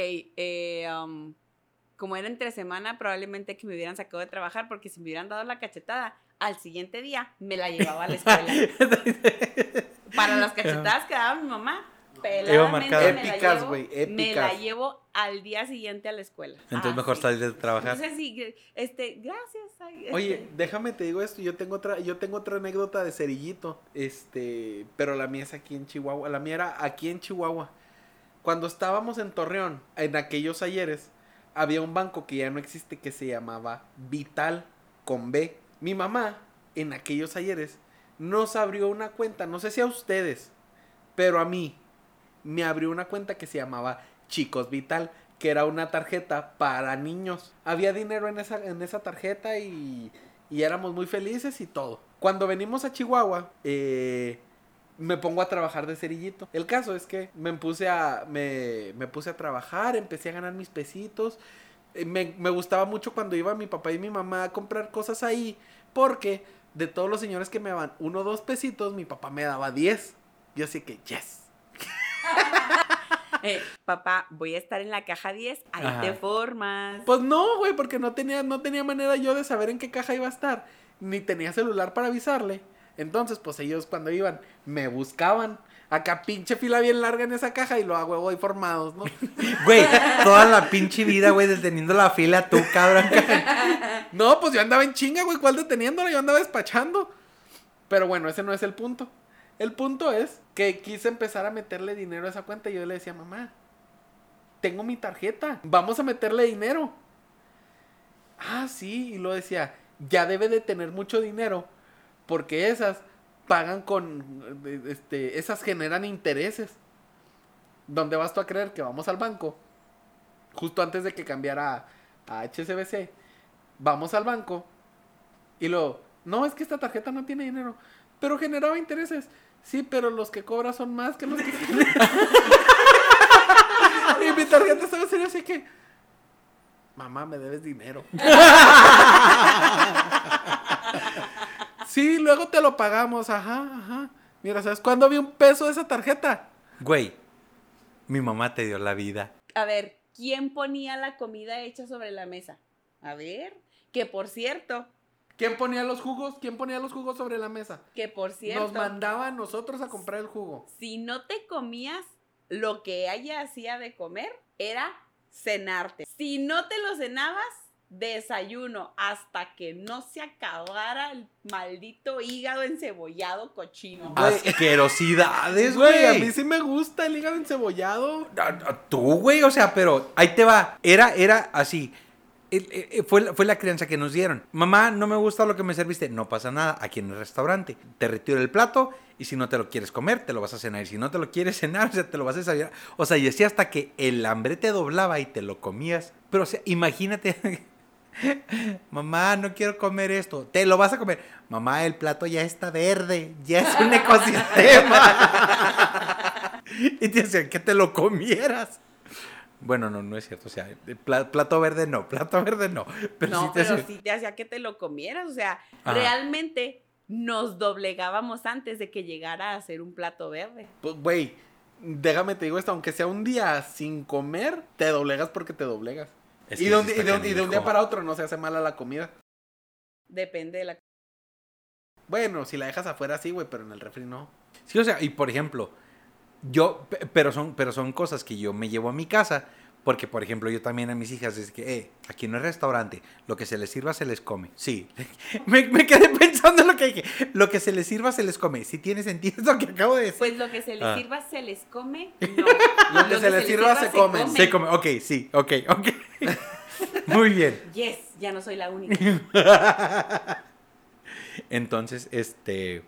como era entre semana, probablemente que me hubieran sacado de trabajar, porque si me hubieran dado la cachetada, al siguiente día me la llevaba a la escuela. Para las cachetadas que daba mi mamá, peladamente épicas, güey, me la llevo al día siguiente a la escuela. Entonces mejor salir de trabajar. Entonces sí, gracias. Oye, déjame te digo esto, yo tengo otra anécdota de cerillito, pero la mía es aquí en Chihuahua, la mía era aquí en Chihuahua. Cuando estábamos en Torreón, en aquellos ayeres, había un banco que ya no existe que se llamaba Vital con B. Mi mamá, en aquellos ayeres, nos abrió una cuenta, no sé si a ustedes, pero a mí me abrió una cuenta que se llamaba Chicos Vital, que era una tarjeta para niños. Había dinero en esa tarjeta y éramos muy felices y todo. Cuando venimos a Chihuahua, me pongo a trabajar de cerillito. El caso es que me puse a trabajar, empecé a ganar mis pesitos. Me gustaba mucho cuando iba mi papá y mi mamá a comprar cosas ahí, porque de todos los señores que me daban 1 o 2 pesitos, mi papá me daba 10. Yo así que, yes. Papá, voy a estar en la caja 10, ahí Ajá. te formas. Pues no, güey, porque no tenía manera yo de saber en qué caja iba a estar. Ni tenía celular para avisarle. Entonces, pues ellos cuando iban, me buscaban. Acá pinche fila bien larga en esa caja y lo a huevo ahí formados, ¿no? Güey, toda la pinche vida, güey, deteniendo la fila tú, cabrón. No, pues yo andaba en chinga, güey, ¿cuál deteniéndola? Yo andaba despachando. Pero bueno, ese no es el punto. El punto es que quise empezar a meterle dinero a esa cuenta y yo le decía, mamá, tengo mi tarjeta, vamos a meterle dinero. Ah, sí, y lo decía, ya debe de tener mucho dinero porque esas pagan con, esas generan intereses. ¿Dónde vas tú a creer que vamos al banco? Justo antes de que cambiara a HSBC, vamos al banco y luego, no, es que esta tarjeta no tiene dinero, pero generaba intereses. Sí, pero los que cobras son más que los que generan. Y mi tarjeta estaba seria, así que, mamá, me debes dinero. Sí, luego te lo pagamos, ajá. Mira, ¿sabes cuándo vi $1 de esa tarjeta? Güey, mi mamá te dio la vida. A ver, ¿quién ponía la comida hecha sobre la mesa? A ver, que por cierto, ¿Quién ponía los jugos? ¿Quién ponía los jugos sobre la mesa? Nos mandaba a nosotros a comprar el jugo. Si no te comías lo que ella hacía de comer, era cenarte. Si no te lo cenabas, desayuno, hasta que no se acabara el maldito hígado encebollado cochino. Asquerosidades, Güey, a mí güey. sí me gusta el hígado encebollado. Tú, güey, o sea, pero ahí te va. Era así. Fue la crianza que nos dieron. Mamá, no me gusta lo que me serviste. No pasa nada, aquí en el restaurante. Te retiro el plato y si no te lo quieres comer, te lo vas a cenar. Y si no te lo quieres cenar, o sea, te lo vas a desayunar. O sea, y así hasta que el hambre te doblaba y te lo comías. Pero, o sea, imagínate. Mamá, no quiero comer esto. Te lo vas a comer. Mamá, el plato ya está verde. Ya es un ecosistema. Y te decían que te lo comieras. Bueno, no es cierto. O sea, plato verde no. Pero No, sí te pero hacía- sí te hacía que te lo comieras. O sea, Ajá. realmente nos doblegábamos antes de que llegara a ser un plato verde. Pues, güey, déjame te digo esto, aunque sea un día sin comer, te doblegas porque te doblegas. Es Y que de un sí di- está y de un día canijo. para otro no se hace mala la comida. Depende de la... Bueno, si la dejas afuera sí, güey, pero en el refri no. Sí, o sea, y por ejemplo, pero son cosas que yo me llevo a mi casa, porque por ejemplo yo también a mis hijas es que, aquí no es restaurante, lo que se les sirva se les come. Sí, me quedé pensando en lo que dije, lo que se les sirva se les come. Sí tiene sentido lo que acabo de decir. Pues lo que se les Ah. sirva se les come, no. Lo que se les sirva se come. Se come, ok, sí, ok. Muy bien. Yes, ya no soy la única. Entonces, ese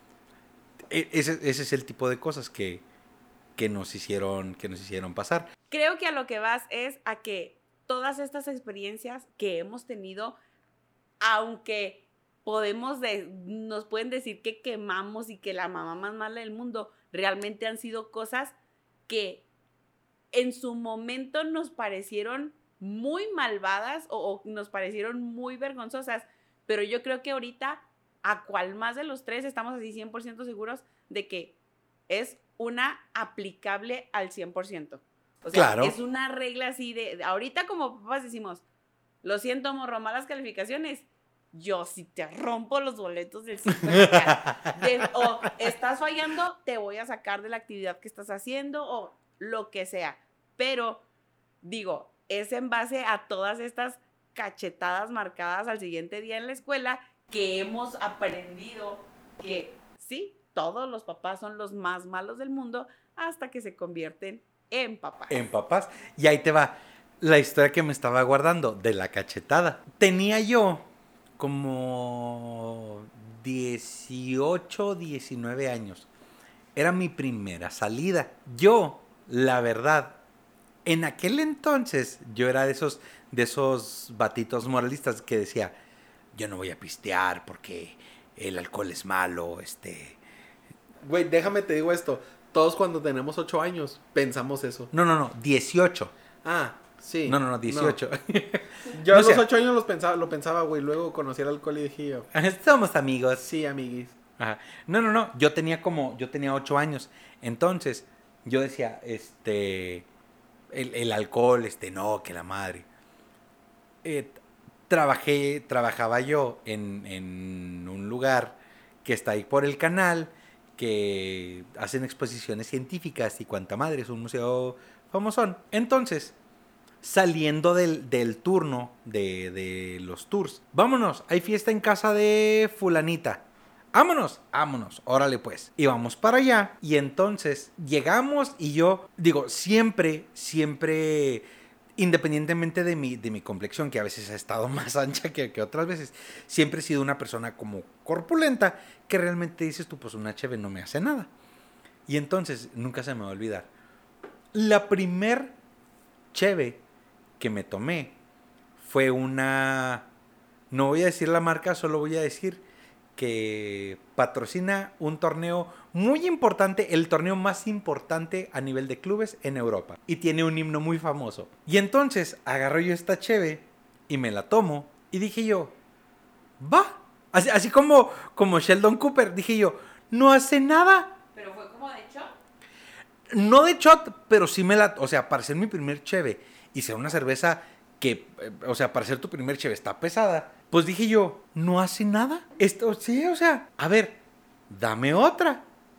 es el tipo de cosas que nos hicieron pasar. Creo que a lo que vas es a que todas estas experiencias que hemos tenido, aunque nos pueden decir que quemamos y que la mamá más mala del mundo, realmente han sido cosas que en su momento nos parecieron muy malvadas o nos parecieron muy vergonzosas, pero yo creo que ahorita a cual más de los tres estamos así 100% seguros de que es una aplicable al 100%. O sea, Claro. es una regla así ahorita como papás decimos, lo siento, morro, malas calificaciones. Yo si te rompo los boletos del ciclo o estás fallando, te voy a sacar de la actividad que estás haciendo o lo que sea. Pero, digo, es en base a todas estas cachetadas marcadas al siguiente día en la escuela que hemos aprendido que sí, todos los papás son los más malos del mundo hasta que se convierten en papás. En papás. Y ahí te va la historia que me estaba guardando de la cachetada. Tenía yo como 18, 19 años. Era mi primera salida. Yo, la verdad, en aquel entonces, yo era de esos batitos moralistas que decía, yo no voy a pistear porque el alcohol es malo, Güey, déjame te digo esto. Todos cuando tenemos 8 años pensamos eso. No, 18. Ah, sí. No, 18. Yo No a los sé. 8 años lo pensaba, güey. Luego conocí el alcohol y dije yo, Somos amigos. sí, amiguis. Ajá. No. Yo tenía 8 años. Entonces, yo decía, el alcohol, no, que la madre. Trabajaba yo en un lugar que está ahí por el canal, que hacen exposiciones científicas y cuanta madre, es un museo famosón. Entonces, saliendo del turno de los tours, vámonos, hay fiesta en casa de fulanita. Vámonos, órale pues. Y vamos para allá. Y entonces llegamos y yo, digo, siempre, independientemente de mi complexión, que a veces ha estado más ancha que otras veces, siempre he sido una persona como corpulenta, que realmente dices tú, pues una cheve no me hace nada. Y entonces, nunca se me va a olvidar. La primer cheve que me tomé fue una... No voy a decir la marca, solo voy a decir que patrocina un torneo muy importante, el torneo más importante a nivel de clubes en Europa. Y tiene un himno muy famoso. Y entonces agarro yo esta cheve y me la tomo. Y dije yo, va. Así como Sheldon Cooper, dije yo, no hace nada. ¿Pero fue como de shot? No de shot, pero sí o sea, para ser mi primer cheve y ser una cerveza que, o sea, para ser tu primer cheve está pesada, pues dije yo, no hace nada. Esto, sí, o sea, a ver, dame otra.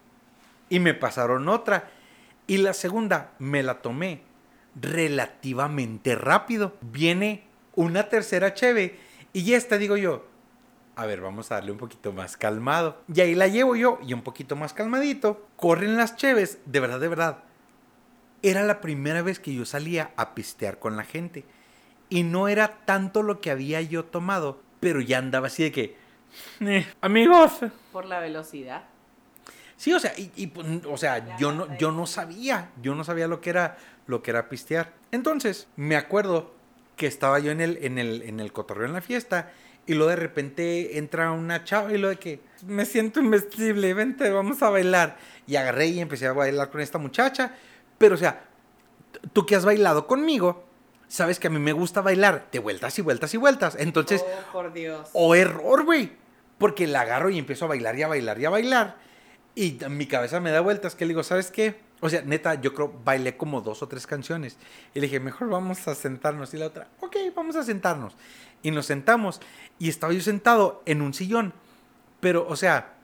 Y me pasaron otra. Y la segunda me la tomé relativamente rápido. Viene una tercera cheve y esta digo yo, a ver, vamos a darle un poquito más calmado. Y ahí la llevo yo y un poquito más calmadito. Corren las cheves, de verdad. Era la primera vez que yo salía a pistear con la gente. Y no era tanto lo que había yo tomado, pero ya andaba así de que, amigos. Por la velocidad. Sí, o sea, o sea, yo no sabía lo que era pistear. Entonces, me acuerdo que estaba yo en el cotorreo en la fiesta y luego de repente entra una chava y lo de que me siento investible, vente, vamos a bailar. Y agarré y empecé a bailar con esta muchacha, pero o sea, tú que has bailado conmigo, sabes que a mí me gusta bailar de vueltas y vueltas y vueltas. Entonces, oh, por Dios. Error, güey, porque la agarro y empiezo a bailar y a bailar y a bailar. Y mi cabeza me da vueltas que le digo, ¿sabes qué? O sea, neta, yo creo bailé como 2 o 3 canciones. Y le dije, mejor vamos a sentarnos. Y la otra, ok, vamos a sentarnos. Y nos sentamos. Y estaba yo sentado en un sillón. Pero, o sea,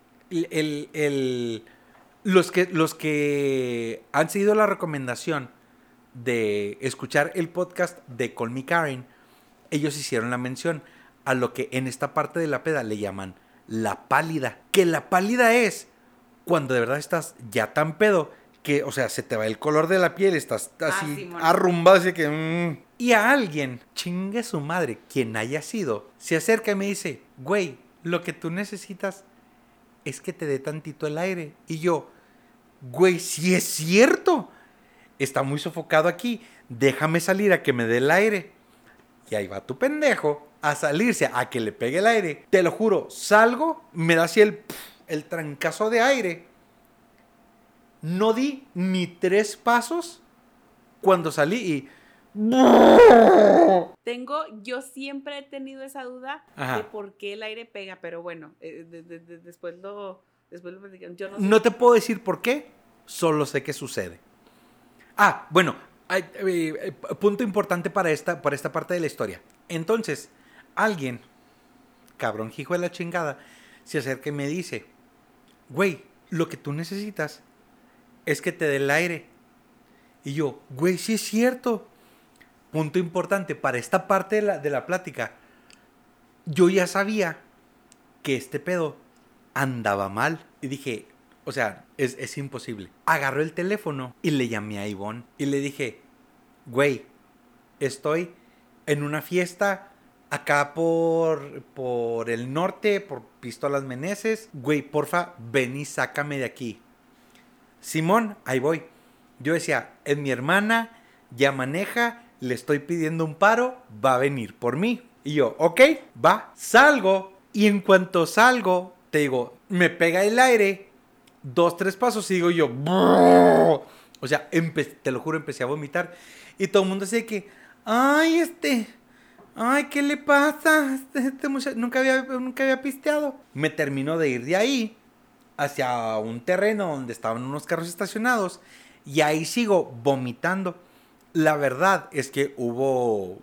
los que han seguido la recomendación de escuchar el podcast de Call Me Karen, ellos hicieron la mención a lo que en esta parte de la peda le llaman la pálida. Que la pálida es cuando de verdad estás ya tan pedo que, o sea, se te va el color de la piel, estás así arrumbado, así que... Y a alguien, chingue su madre, quien haya sido, se acerca y me dice, güey, lo que tú necesitas es que te dé tantito el aire. Y yo, güey, sí es cierto, está muy sofocado aquí, déjame salir a que me dé el aire. Y ahí va tu pendejo a salirse a que le pegue el aire. Te lo juro, salgo, me da así el trancazo de aire. No di ni 3 pasos cuando salí y... Yo siempre he tenido esa duda de por qué el aire pega, pero bueno, después lo platicamos. Yo no te puedo decir por qué, solo sé que sucede. Bueno, punto importante para esta parte de la historia. Entonces, alguien, cabrón hijo de la chingada, se acerca y me dice, güey, lo que tú necesitas es que te dé el aire. Y yo, güey, sí es cierto. Punto importante para esta parte de la plática. Yo ya sabía que este pedo andaba mal. Y dije, o sea, es imposible. Agarró el teléfono y le llamé a Ivonne. Y le dije, güey, estoy en una fiesta acá por el norte, por Pistolas Meneses. Güey, porfa, ven y sácame de aquí. Simón, ahí voy. Yo decía, es mi hermana, ya maneja, le estoy pidiendo un paro, va a venir por mí. Y yo, ok, va, salgo. Y en cuanto salgo, te digo, me pega el aire, 2, 3 pasos y digo yo, ¡brrr! O sea, te lo juro, empecé a vomitar. Y todo el mundo decía que, ay, ¿qué le pasa? Este muchacho nunca había pisteado. Me terminó de ir de ahí hacia un terreno donde estaban unos carros estacionados y ahí sigo vomitando. La verdad es que hubo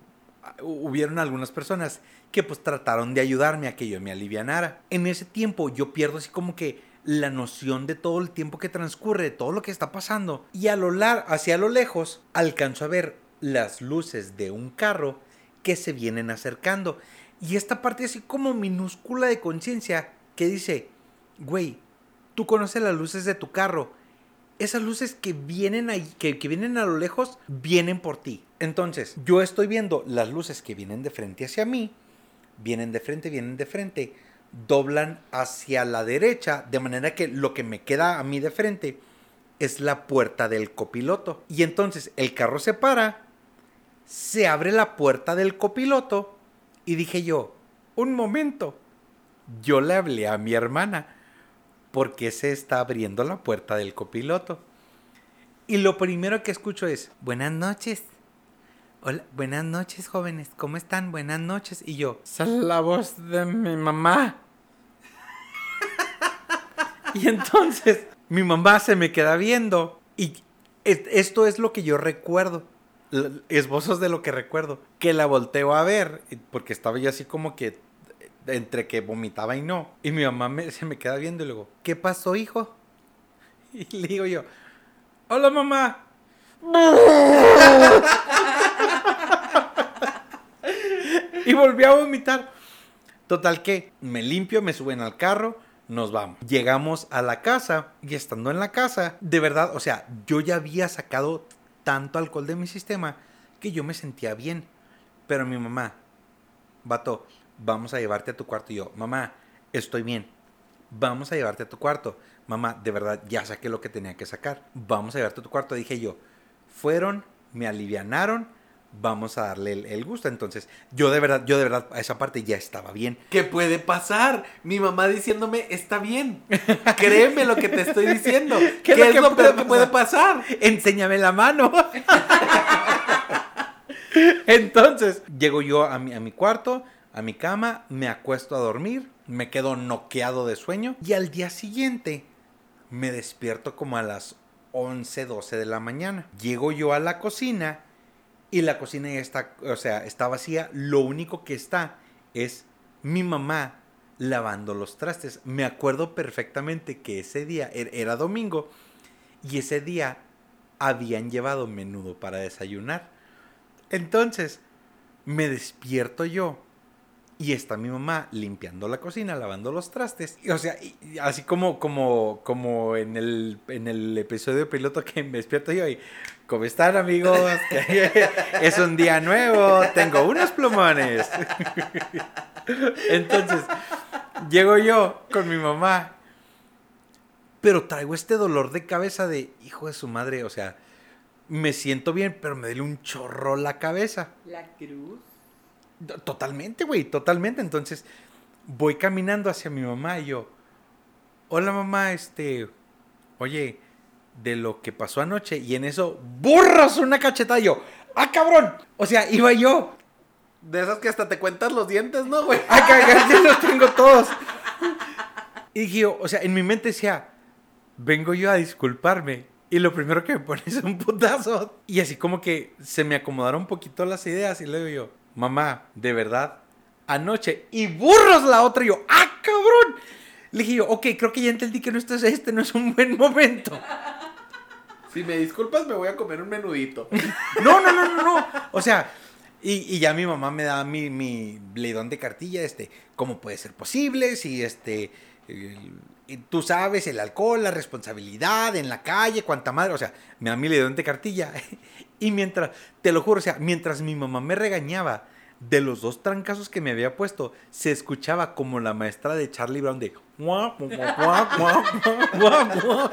hubieron algunas personas que pues trataron de ayudarme a que yo me alivianara. En ese tiempo yo pierdo así como que la noción de todo el tiempo que transcurre, de todo lo que está pasando. Y hacia lo lejos alcanzo a ver las luces de un carro que se vienen acercando. Y esta parte así como minúscula de conciencia que dice, güey, tú conoces las luces de tu carro. Esas luces que vienen ahí, que vienen a lo lejos, vienen por ti. Entonces, yo estoy viendo las luces que vienen de frente hacia mí, vienen de frente, doblan hacia la derecha, de manera que lo que me queda a mí de frente es la puerta del copiloto. Y entonces el carro se para, se abre la puerta del copiloto y dije yo, un momento, yo le hablé a mi hermana. ¿Por qué se está abriendo la puerta del copiloto? Y lo primero que escucho es, buenas noches. Hola, buenas noches, jóvenes. ¿Cómo están? Buenas noches. Y yo, esa es la voz de mi mamá. Y entonces, mi mamá se me queda viendo. Y esto es lo que yo recuerdo. Esbozos de lo que recuerdo. Que la volteo a ver, porque estaba yo así como que entre que vomitaba y no. Y mi mamá se me queda viendo y luego, ¿qué pasó, hijo? Y le digo yo, hola, mamá. Y volví a vomitar. Total que me limpio, me suben al carro, nos vamos. Llegamos a la casa y estando en la casa, de verdad, o sea, yo ya había sacado tanto alcohol de mi sistema que yo me sentía bien. Pero mi mamá, vato, vamos a llevarte a tu cuarto. Y yo, mamá, estoy bien. Vamos a llevarte a tu cuarto. Mamá, de verdad, ya saqué lo que tenía que sacar. Vamos a llevarte a tu cuarto. Dije yo, fueron, me alivianaron, vamos a darle el gusto. Entonces, yo de verdad, a esa parte ya estaba bien. ¿Qué puede pasar? Mi mamá diciéndome, está bien. Créeme lo que te estoy diciendo. ¿Qué es lo peor que puede pasar? Enséñame la mano. Entonces, llego yo a mi cuarto, a mi cama, me acuesto a dormir, me quedo noqueado de sueño y al día siguiente me despierto como a las 11, 12 de la mañana. Llego yo a la cocina y la cocina ya está, o sea, está vacía. Lo único que está es mi mamá lavando los trastes. Me acuerdo perfectamente que ese día era domingo y ese día habían llevado menudo para desayunar. Entonces, me despierto yo y está mi mamá limpiando la cocina, lavando los trastes. Y, o sea, así como en el episodio piloto que me despierto yo y, ¿cómo están, amigos? Es un día nuevo, tengo unos plumones. Entonces, llego yo con mi mamá, pero traigo este dolor de cabeza de hijo de su madre, o sea, me siento bien, pero me duele un chorro la cabeza. La cruz. Totalmente, güey, totalmente. Entonces, voy caminando hacia mi mamá y yo, hola, mamá, oye, de lo que pasó anoche. Y en eso, ¡burros! Una cachetada. Y yo, ¡ah, cabrón! O sea, iba yo. De esas que hasta te cuentas los dientes, ¿no, güey? ¡Ah, cagar! Ya los tengo todos. Y dije yo, o sea, en mi mente decía, vengo yo a disculparme. Y lo primero que me pone es un putazo. Y así como que se me acomodaron un poquito las ideas. Y le digo yo, mamá, de verdad, anoche. Y burros la otra. Y yo, ¡ah, cabrón! Le dije yo, ok, creo que ya entendí que este no es un buen momento. Si me disculpas, me voy a comer un menudito. No. O sea, y ya mi mamá me da mi leidón de cartilla, ¿cómo puede ser posible? Si tú sabes, el alcohol, la responsabilidad en la calle, cuánta madre, o sea, me da mi leidón de cartilla. Y mientras, te lo juro, o sea, mientras mi mamá me regañaba de los 2 trancazos que me había puesto, se escuchaba como la maestra de Charlie Brown de guau, guau, guau, guau, guau, guau.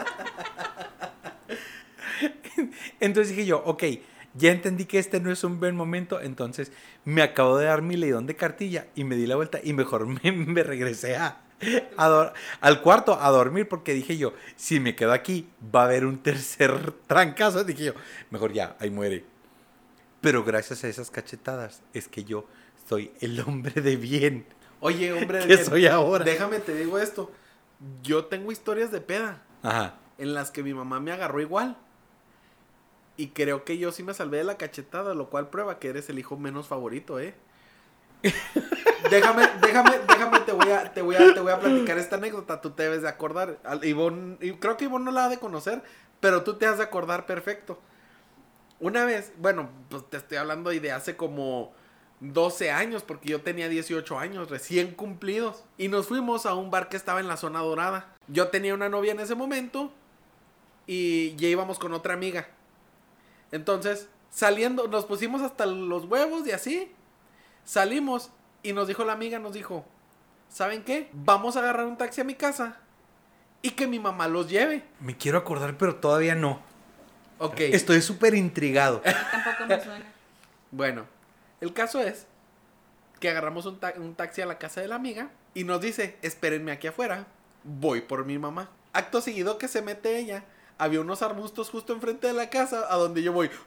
Entonces dije yo, ok, ya entendí que este no es un buen momento, entonces me acabo de dar mi leidón de cartilla y me di la vuelta y mejor me regresé al cuarto a dormir porque dije yo, si me quedo aquí va a haber un tercer trancazo. Dije yo, mejor ya, ahí muere. Pero gracias a esas cachetadas es que yo soy el hombre de bien. Oye, hombre de ¿Qué bien, soy ahora? déjame te digo esto. Yo tengo historias de peda. Ajá. En las que mi mamá me agarró igual. Y creo que yo sí me salvé de la cachetada, lo cual prueba que eres el hijo menos favorito, Déjame, te voy a platicar esta anécdota, tú te debes de acordar. Ivonne, y creo que Ivonne no la ha de conocer, pero tú te has de acordar perfecto. Una vez, bueno, pues te estoy hablando de hace como 12 años, porque yo tenía 18 años, recién cumplidos. Y nos fuimos a un bar que estaba en la zona dorada. Yo tenía una novia en ese momento y ya íbamos con otra amiga. Entonces, saliendo, nos pusimos hasta los huevos y así. Salimos y nos dijo la amiga, ¿saben qué? Vamos a agarrar un taxi a mi casa y que mi mamá los lleve. Me quiero acordar, pero todavía no. Ok. Estoy súper intrigado. Tampoco me suena. Bueno, el caso es que agarramos un taxi a la casa de la amiga y nos dice, espérenme aquí afuera, voy por mi mamá. Acto seguido que se mete ella, había unos arbustos justo enfrente de la casa a donde yo voy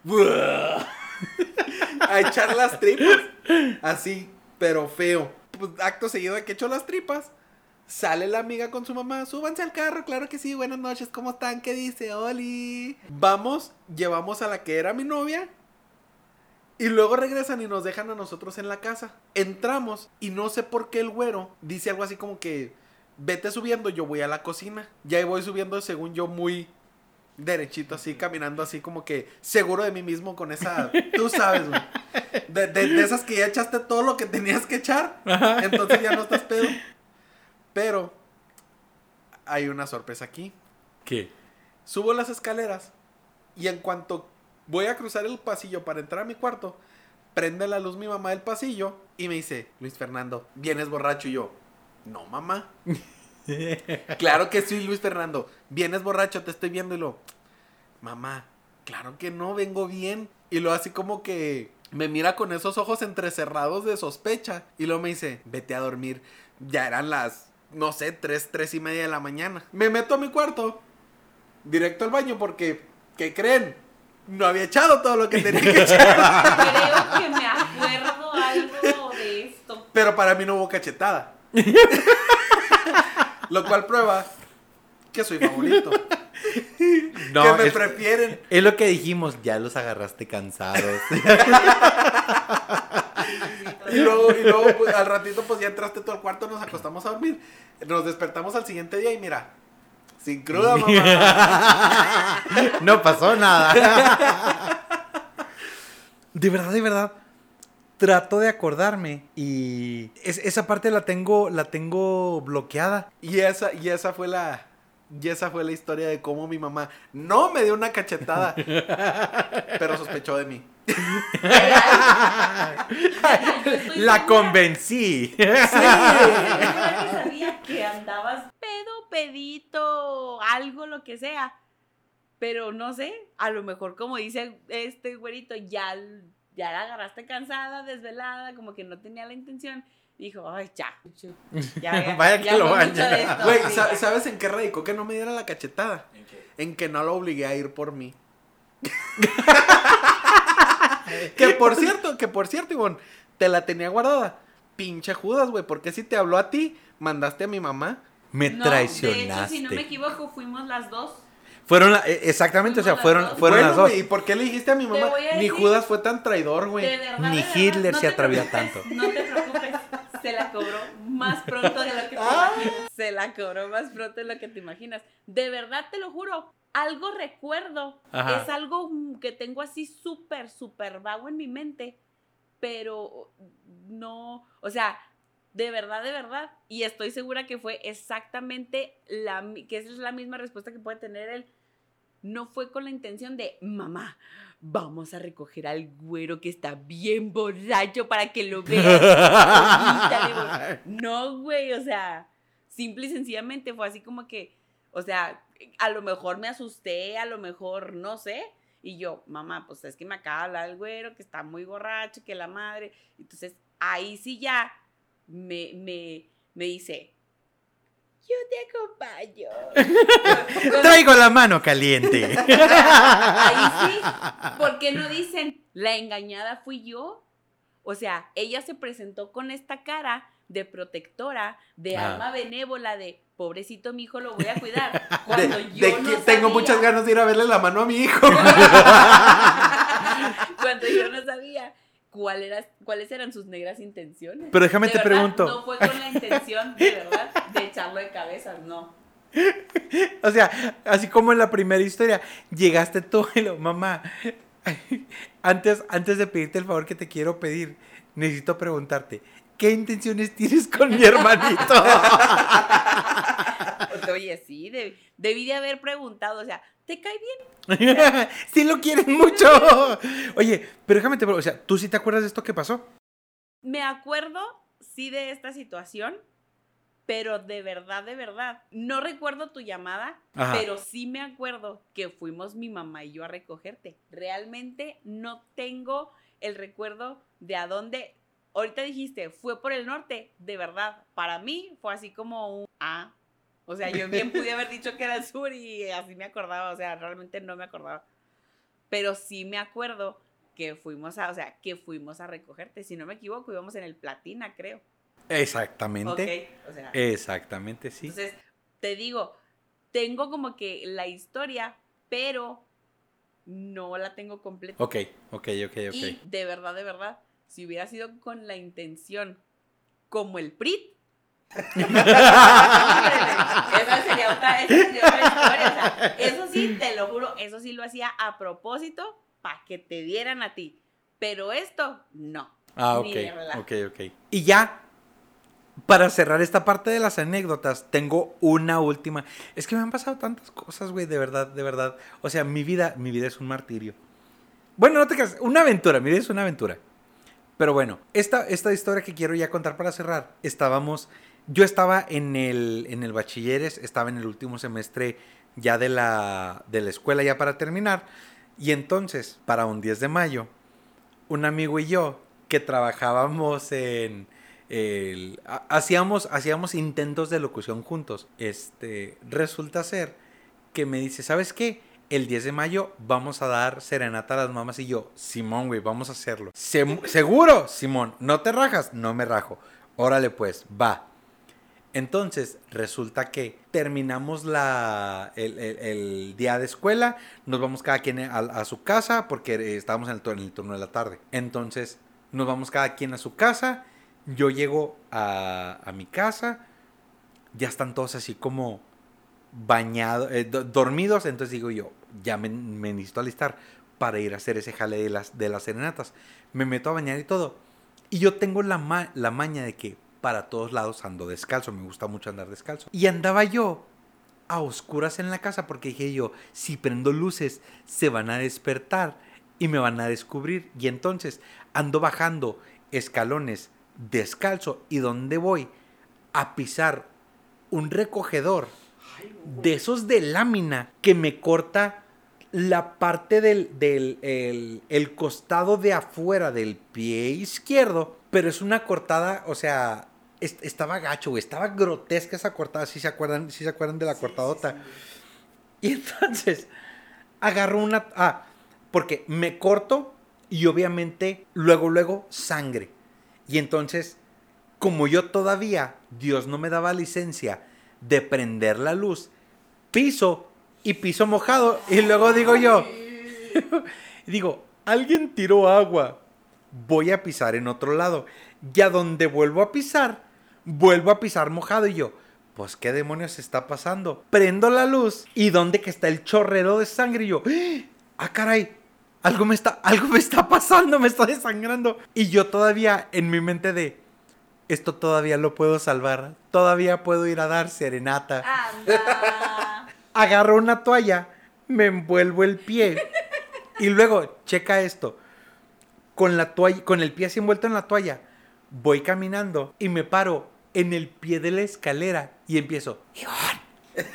a echar las tripas. Así, pero feo. Pues, acto seguido de que echo las tripas, sale la amiga con su mamá, súbanse al carro, claro que sí, buenas noches, ¿cómo están? ¿Qué dice? Oli. Vamos, llevamos a la que era mi novia y luego regresan y nos dejan a nosotros en la casa. Entramos y no sé por qué el güero dice algo así como que vete subiendo, yo voy a la cocina. Ya ahí voy subiendo según yo muy derechito, así, caminando así como que seguro de mí mismo con esa, tú sabes, güey. De esas que ya echaste todo lo que tenías que echar, entonces ya no estás pedo. Pero hay una sorpresa aquí. ¿Qué? Subo las escaleras y en cuanto voy a cruzar el pasillo para entrar a mi cuarto, prende la luz mi mamá del pasillo y me dice, Luis Fernando, ¿vienes borracho? Y yo, no, mamá. Claro que sí, Luis Fernando, vienes borracho, te estoy viendo. Y lo, mamá, claro que no, vengo bien. Y lo así como que me mira con esos ojos entrecerrados de sospecha. Y luego me dice, vete a dormir. Ya eran las, no sé, 3:30 de la mañana. Me meto a mi cuarto, directo al baño porque, ¿qué creen? No había echado todo lo que tenía que echar. Creo que me acuerdo algo de esto. Pero para mí no hubo cachetada. Lo cual prueba que soy favorito. No, que me prefieren. Es lo que dijimos, ya los agarraste cansados. Y luego pues, al ratito pues ya entraste tú al cuarto, nos acostamos a dormir. Nos despertamos al siguiente día y mira, sin cruda, mamá. No pasó nada. De verdad. Trato de acordarme y esa parte la tengo bloqueada. Y esa fue la historia de cómo mi mamá no me dio una cachetada, pero sospechó de mí. La convencí. Sí, sabía que andabas pedito, algo, lo que sea. Pero no sé, a lo mejor como dice este güerito, ya la agarraste cansada, desvelada, como que no tenía la intención. Dijo, ay, ya. Vaya que lo vaya. Güey, ¿sabes en qué radicó que no me diera la cachetada? ¿En que no lo obligué a ir por mí. Que por cierto, Ivonne, te la tenía guardada. Pinche Judas, güey, porque si te habló a ti, mandaste a mi mamá. Me traicionaste. De hecho, si no me equivoco, fuimos las dos. Fueron, exactamente, o sea, fueron las dos. Wey, ¿y por qué le dijiste a mi mamá? Ni Judas fue tan traidor, güey. Ni Hitler se atrevía tanto. No te preocupes, se la cobró más pronto de lo que te imaginas. Se la cobró más pronto de lo que te imaginas. De verdad, te lo juro. Algo recuerdo. Ajá. Es algo que tengo así súper vago en mi mente. Pero no, o sea, de verdad. Y estoy segura que fue exactamente que esa es la misma respuesta que puede tener él. No fue con la intención de, mamá, vamos a recoger al güero que está bien borracho para que lo veas. No, güey, o sea, simple y sencillamente fue así como que, o sea, a lo mejor me asusté, a lo mejor no sé. Y yo, mamá, pues es que me acaba de hablar el güero que está muy borracho, que la madre. Entonces, ahí sí ya me dice, yo te acompaño. Traigo la mano caliente. Ahí sí, ¿por qué no dicen, la engañada fui yo? O sea, ella se presentó con esta cara de protectora, de alma benévola, de pobrecito mi hijo, lo voy a cuidar. Cuando yo no tengo sabía, muchas ganas de ir a verle la mano a mi hijo. cuando yo no sabía cuáles eran sus negras intenciones. Pero déjame De te verdad, pregunto. No fue con la intención, de verdad, de echarlo de cabezas, no. O sea, así como en la primera historia, llegaste tú y lo, mamá, antes de pedirte el favor que te quiero pedir, necesito preguntarte, ¿qué intenciones tienes con mi hermanito? Oye, sí, debí de haber preguntado, o sea, ¿te cae bien? Sí lo quieres mucho. Oye, pero déjame te pregunto, o sea, ¿tú sí te acuerdas de esto que pasó? Me acuerdo, sí, de esta situación, pero de verdad, no recuerdo tu llamada, Ajá. pero sí me acuerdo que fuimos mi mamá y yo a recogerte. Realmente no tengo el recuerdo de a dónde. Ahorita dijiste, fue por el norte, de verdad, para mí fue así como un o sea, yo bien pude haber dicho que era el sur y así me acordaba, o sea, realmente no me acordaba. Pero sí me acuerdo que fuimos a recogerte, si no me equivoco, íbamos en el Platina, creo. Exactamente. Ok, o sea, Exactamente, sí. entonces, te digo, tengo como que la historia, pero no la tengo completa. Ok. Y de verdad, si hubiera sido con la intención como el PRIT, esa sería otra historia. O sea, eso sí, te lo juro, eso sí lo hacía a propósito para que te dieran a ti. Pero esto, no. Ok. Ni de relajo. Ok. Y ya, para cerrar esta parte de las anécdotas, tengo una última. Es que me han pasado tantas cosas, güey, de verdad. O sea, mi vida es un martirio. Bueno, no te creas, una aventura, mi vida es una aventura. Pero bueno, esta historia que quiero ya contar para cerrar, yo estaba en el bachilleres, estaba en el último semestre ya de la escuela ya para terminar, y entonces, para un 10 de mayo, un amigo y yo, que trabajábamos hacíamos intentos de locución juntos, resulta ser que me dice, ¿sabes qué? El 10 de mayo vamos a dar serenata a las mamás. Y yo, Simón, güey, vamos a hacerlo. ¿Seguro? Simón, ¿no te rajas? No me rajo. Órale pues, va. Entonces, resulta que terminamos el día de escuela, nos vamos cada quien a su casa, porque estábamos en el turno de la tarde. Entonces, nos vamos cada quien a su casa, yo llego a mi casa, ya están todos así como bañados, dormidos, entonces digo yo, ya me necesito alistar para ir a hacer ese jale de las serenatas. Me meto a bañar y todo, y yo tengo la maña de que para todos lados ando descalzo, me gusta mucho andar descalzo. Y andaba yo a oscuras en la casa porque dije yo, si prendo luces se van a despertar y me van a descubrir. Y entonces ando bajando escalones descalzo y donde voy a pisar un recogedor de esos de lámina que me corta la parte el costado de afuera del pie izquierdo, pero es una cortada, o sea, estaba gacho, güey, estaba grotesca esa cortada, si se acuerdan de la cortadota. Sí. Y entonces agarro porque me corto y obviamente luego sangre. Y entonces, como yo todavía, Dios no me daba licencia de prender la luz, piso mojado y luego digo yo, alguien tiró agua, voy a pisar en otro lado. Ya donde vuelvo a pisar mojado y yo, pues qué demonios está pasando. Prendo la luz y donde que está el chorrero de sangre y yo, caray, algo me está pasando, me está desangrando. Y yo todavía en mi mente esto todavía lo puedo salvar, todavía puedo ir a dar serenata. Anda. Agarro una toalla, me envuelvo el pie y luego, checa esto, con el pie así envuelto en la toalla, voy caminando y me paro en el pie de la escalera y empiezo, Iván.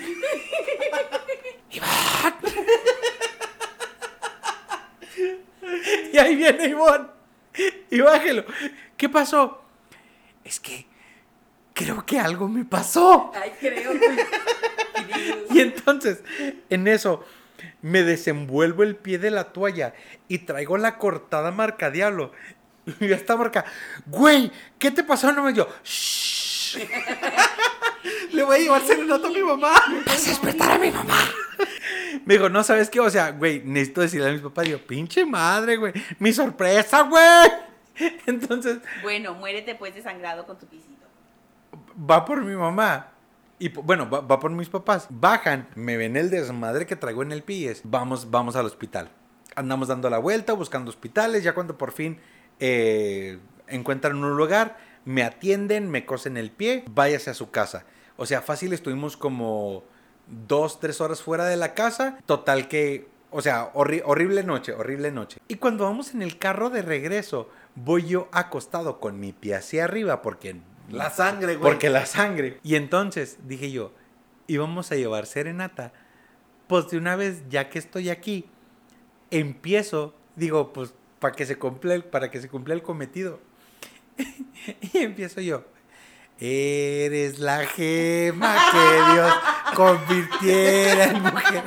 Y ahí viene Iván y bájelo. ¿Qué pasó? Es que creo que algo me pasó. Ay, creo. Y entonces, en eso, me desenvuelvo el pie de la toalla y traigo la cortada marca diablo. Y ya está marca. Güey, ¿qué te pasó? No me dio. Shh. Le voy a llevar serenata a mi mamá. ¡Vas a despertar a mi mamá! Me dijo, no, ¿sabes qué? O sea, güey, necesito decirle a mis papás. Digo, pinche madre, güey. Mi sorpresa, güey. Entonces, Bueno, muérete pues desangrado con tu pisito. va por mi mamá. Y bueno, va por mis papás. Bajan, me ven el desmadre que traigo en el pie. Vamos al hospital. Andamos dando la vuelta, buscando hospitales. Ya cuando por fin encuentran un lugar, me atienden, me cosen el pie, váyase a su casa. O sea, fácil, estuvimos como 2-3 horas fuera de la casa. Total que, o sea, horrible noche. Y cuando vamos en el carro de regreso, voy yo acostado con mi pie hacia arriba porque... La sangre, güey. Porque la sangre. Y entonces dije yo, íbamos a llevar serenata. Pues de una vez, ya que estoy aquí, empiezo, digo, pues para que se cumpla el cometido. Y empiezo yo. Eres la gema que Dios convirtiera en mujer.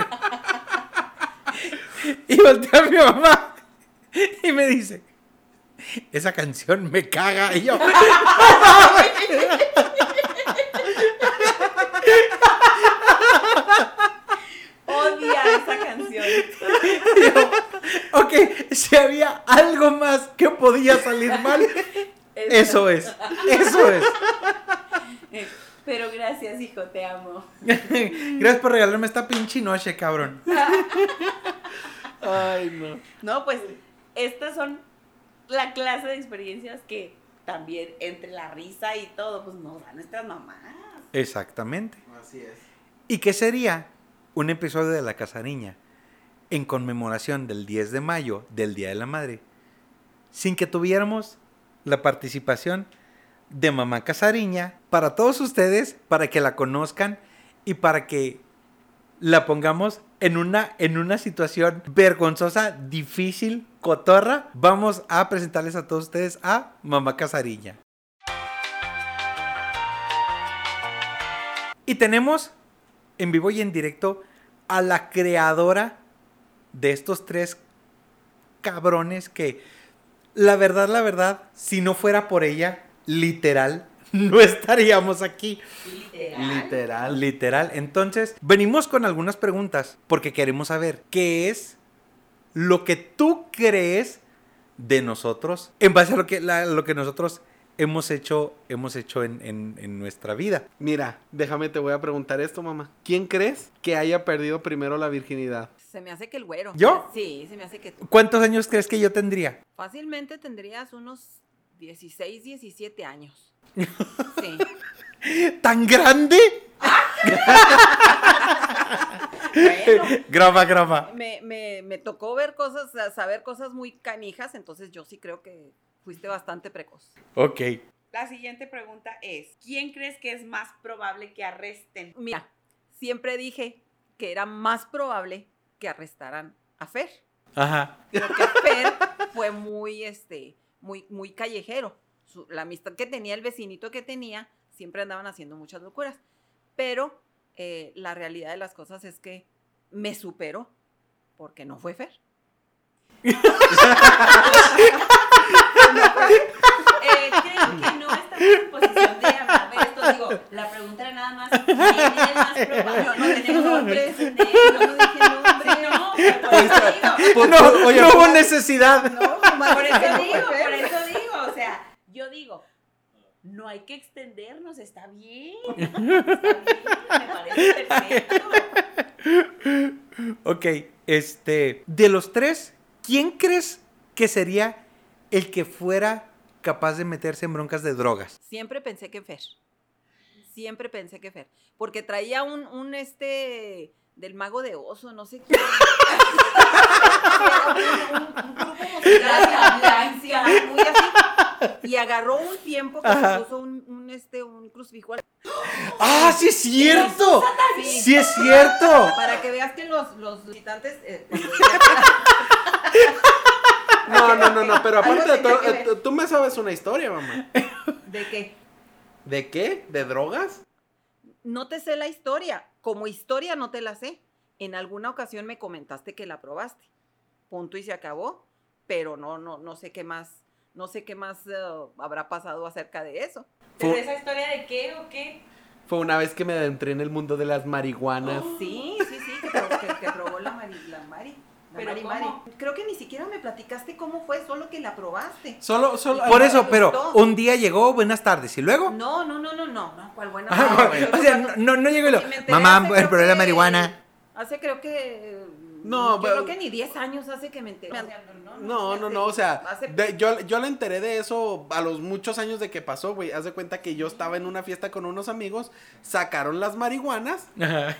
Y volteé a mi mamá y me dice, esa canción me caga. Y yo, Odia esa canción. ok, si había algo más que podía salir mal, eso es. Pero gracias, hijo, te amo. Gracias por regalarme esta pinche noche, cabrón. Ay, no. No, pues estas son la clase de experiencias que también entre la risa y todo, pues nos dan nuestras mamás. Exactamente. Así es. ¿Y qué sería un episodio de La Casariña en conmemoración del 10 de mayo, del Día de la Madre, sin que tuviéramos la participación de Mamá Casariña para todos ustedes, para que la conozcan y para que la pongamos en una situación vergonzosa, difícil, cotorra? Vamos a presentarles a todos ustedes a Mamá Casariña. Y tenemos en vivo y en directo a la creadora de estos 3 cabrones que, la verdad, si no fuera por ella, literal, no estaríamos aquí. Literal. Entonces, venimos con algunas preguntas porque queremos saber qué es lo que tú crees de nosotros en base a lo que nosotros hemos hecho en nuestra vida. Mira, déjame, te voy a preguntar esto, mamá. ¿Quién crees que haya perdido primero la virginidad? Se me hace que el güero. ¿Yo? Sí, se me hace que tú. ¿Cuántos años crees que yo tendría? Fácilmente tendrías unos 16, 17 años. Sí. ¿Tan grande? Bueno, Graba. me tocó ver cosas, saber cosas muy canijas, entonces yo sí creo que fuiste bastante precoz. Ok. La siguiente pregunta es, ¿quién crees que es más probable que arresten? Mira, siempre dije que era más probable que arrestaran a Fer. Ajá. Porque Fer fue muy, muy callejero. La amistad que tenía, el vecinito que tenía, siempre andaban haciendo muchas locuras. Pero la realidad de las cosas es que me superó porque no fue Fer. Creo que no estamos en posición de hablar de esto. Digo, la pregunta era nada más, ¿quién es el más probable? No tenemos nombres. Yo no dije nombre. No, por eso digo. No hubo necesidad. Por eso digo, o sea, yo digo, no hay que extendernos, está bien, me parece perfecto. Ok, de los 3, ¿quién crees que sería el que fuera capaz de meterse en broncas de drogas? Siempre pensé que Fer. Porque traía un del Mago de Oso, no sé qué. un grupo musical muy así. Y agarró un tiempo que se puso un crucifijo. ¡Ah, sí es cierto! Sí. ¡Sí es cierto! Para que veas que los visitantes... No, pero aparte Algo tiene que ver. tú me sabes una historia, mamá. ¿De qué? ¿De qué? ¿De drogas? No te sé la historia. Como historia no te la sé. En alguna ocasión me comentaste que la probaste. Punto y se acabó. Pero no sé qué más. No sé qué más habrá pasado acerca de eso. ¿Pero esa historia de qué o qué? Fue una vez que me adentré en el mundo de las marihuanas. Sí, que probó la Mari. ¿Pero cómo? Mari. Creo que ni siquiera me platicaste cómo fue, solo que la probaste. Solo. Por me eso, pero gustó. un día llegó, buenas tardes, ¿y luego? No, ¿cuál buena? O sea, no llegó y lo, Sí, me enteré mamá, hace, creo probé la que- marihuana. Hace creo que... No, yo pero- creo que ni 10 años hace que me enteré. O sea, No, o sea, hace- yo le enteré de eso a los muchos años de que pasó, güey. Haz de cuenta que yo estaba en una fiesta con unos amigos, sacaron las marihuanas. Ajá.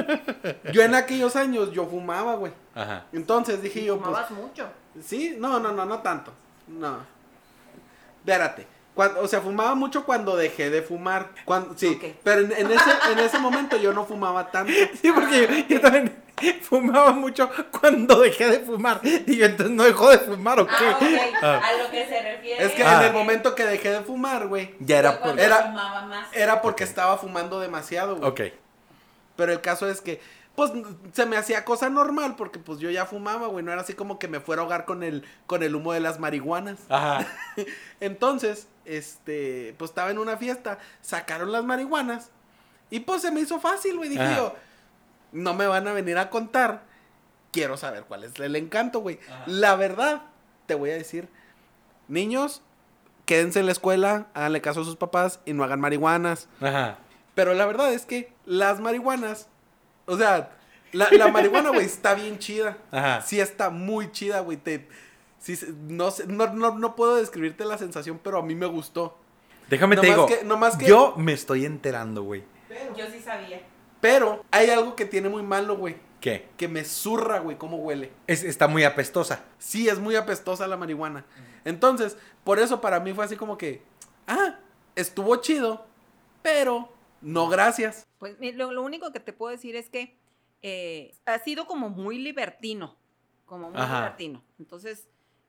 Yo en aquellos años, yo fumaba, güey. Ajá. Entonces dije yo, pues, Fumabas mucho. sí, no tanto, no. Espérate, o sea, fumaba mucho cuando dejé de fumar, sí, Ok. pero en ese momento yo no fumaba tanto. Sí, porque yo también fumaba mucho cuando dejé de fumar. Y yo, entonces, ¿no dejó de fumar o qué? Ah, ok. Ah. A lo que se refiere. Es que Ah. en el momento que dejé de fumar, güey, Ya era fue por... cuando era- fumaba más. era porque Ok. estaba fumando demasiado, güey. Ok. Pero el caso es que, pues, se me hacía cosa normal porque, pues, yo ya fumaba, güey. No era así como que me fuera a ahogar con el humo de las marihuanas. Ajá. Entonces, pues, estaba en una fiesta, sacaron las marihuanas y, pues, se me hizo fácil, güey. Dije Ajá. yo, no me van a venir a contar. Quiero saber cuál es el encanto, güey. Ajá. La verdad, te voy a decir, niños, quédense en la escuela, háganle caso a sus papás y no hagan marihuanas. Ajá. Pero la verdad es que las marihuanas, o sea, la marihuana, güey, está bien chida. Ajá. Sí está muy chida, güey. Sí, no sé, no puedo describirte la sensación, pero a mí me gustó. Déjame te Nomás digo, nomás que- yo me estoy enterando, güey. Yo sí sabía. Pero hay algo que tiene muy malo, güey. ¿Qué? Que me zurra, güey, cómo huele. Está muy apestosa. Sí, es muy apestosa la marihuana. Entonces, por eso para mí fue así como que, estuvo chido, pero no gracias. Pues lo único que te puedo decir es que ha sido como muy libertino. Ajá. Entonces,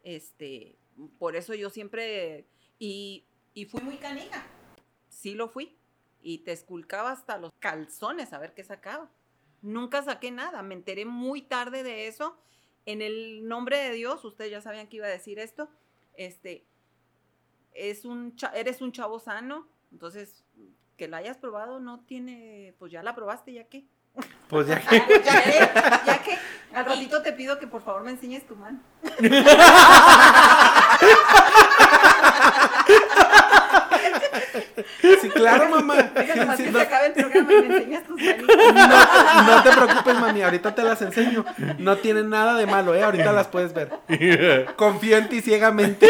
por eso yo siempre, y fui muy canija. Sí lo fui. Y te esculcaba hasta los calzones a ver qué sacaba. Nunca saqué nada. Me enteré muy tarde de eso. En el nombre de Dios, ustedes ya sabían que iba a decir esto. Eres un chavo sano. Entonces, que la hayas probado no tiene, pues ya la probaste, ¿ya qué? Pues ya que... Ya que al ratito te pido que por favor me enseñes tu mano. Sí, claro, mamá. Déjame Sí, que no, se acabe el programa y me enseñas tus manitas. no te preocupes, mami. Ahorita te las enseño. No tienen nada de malo, ¿eh? Ahorita las puedes ver. Confío en ti ciegamente.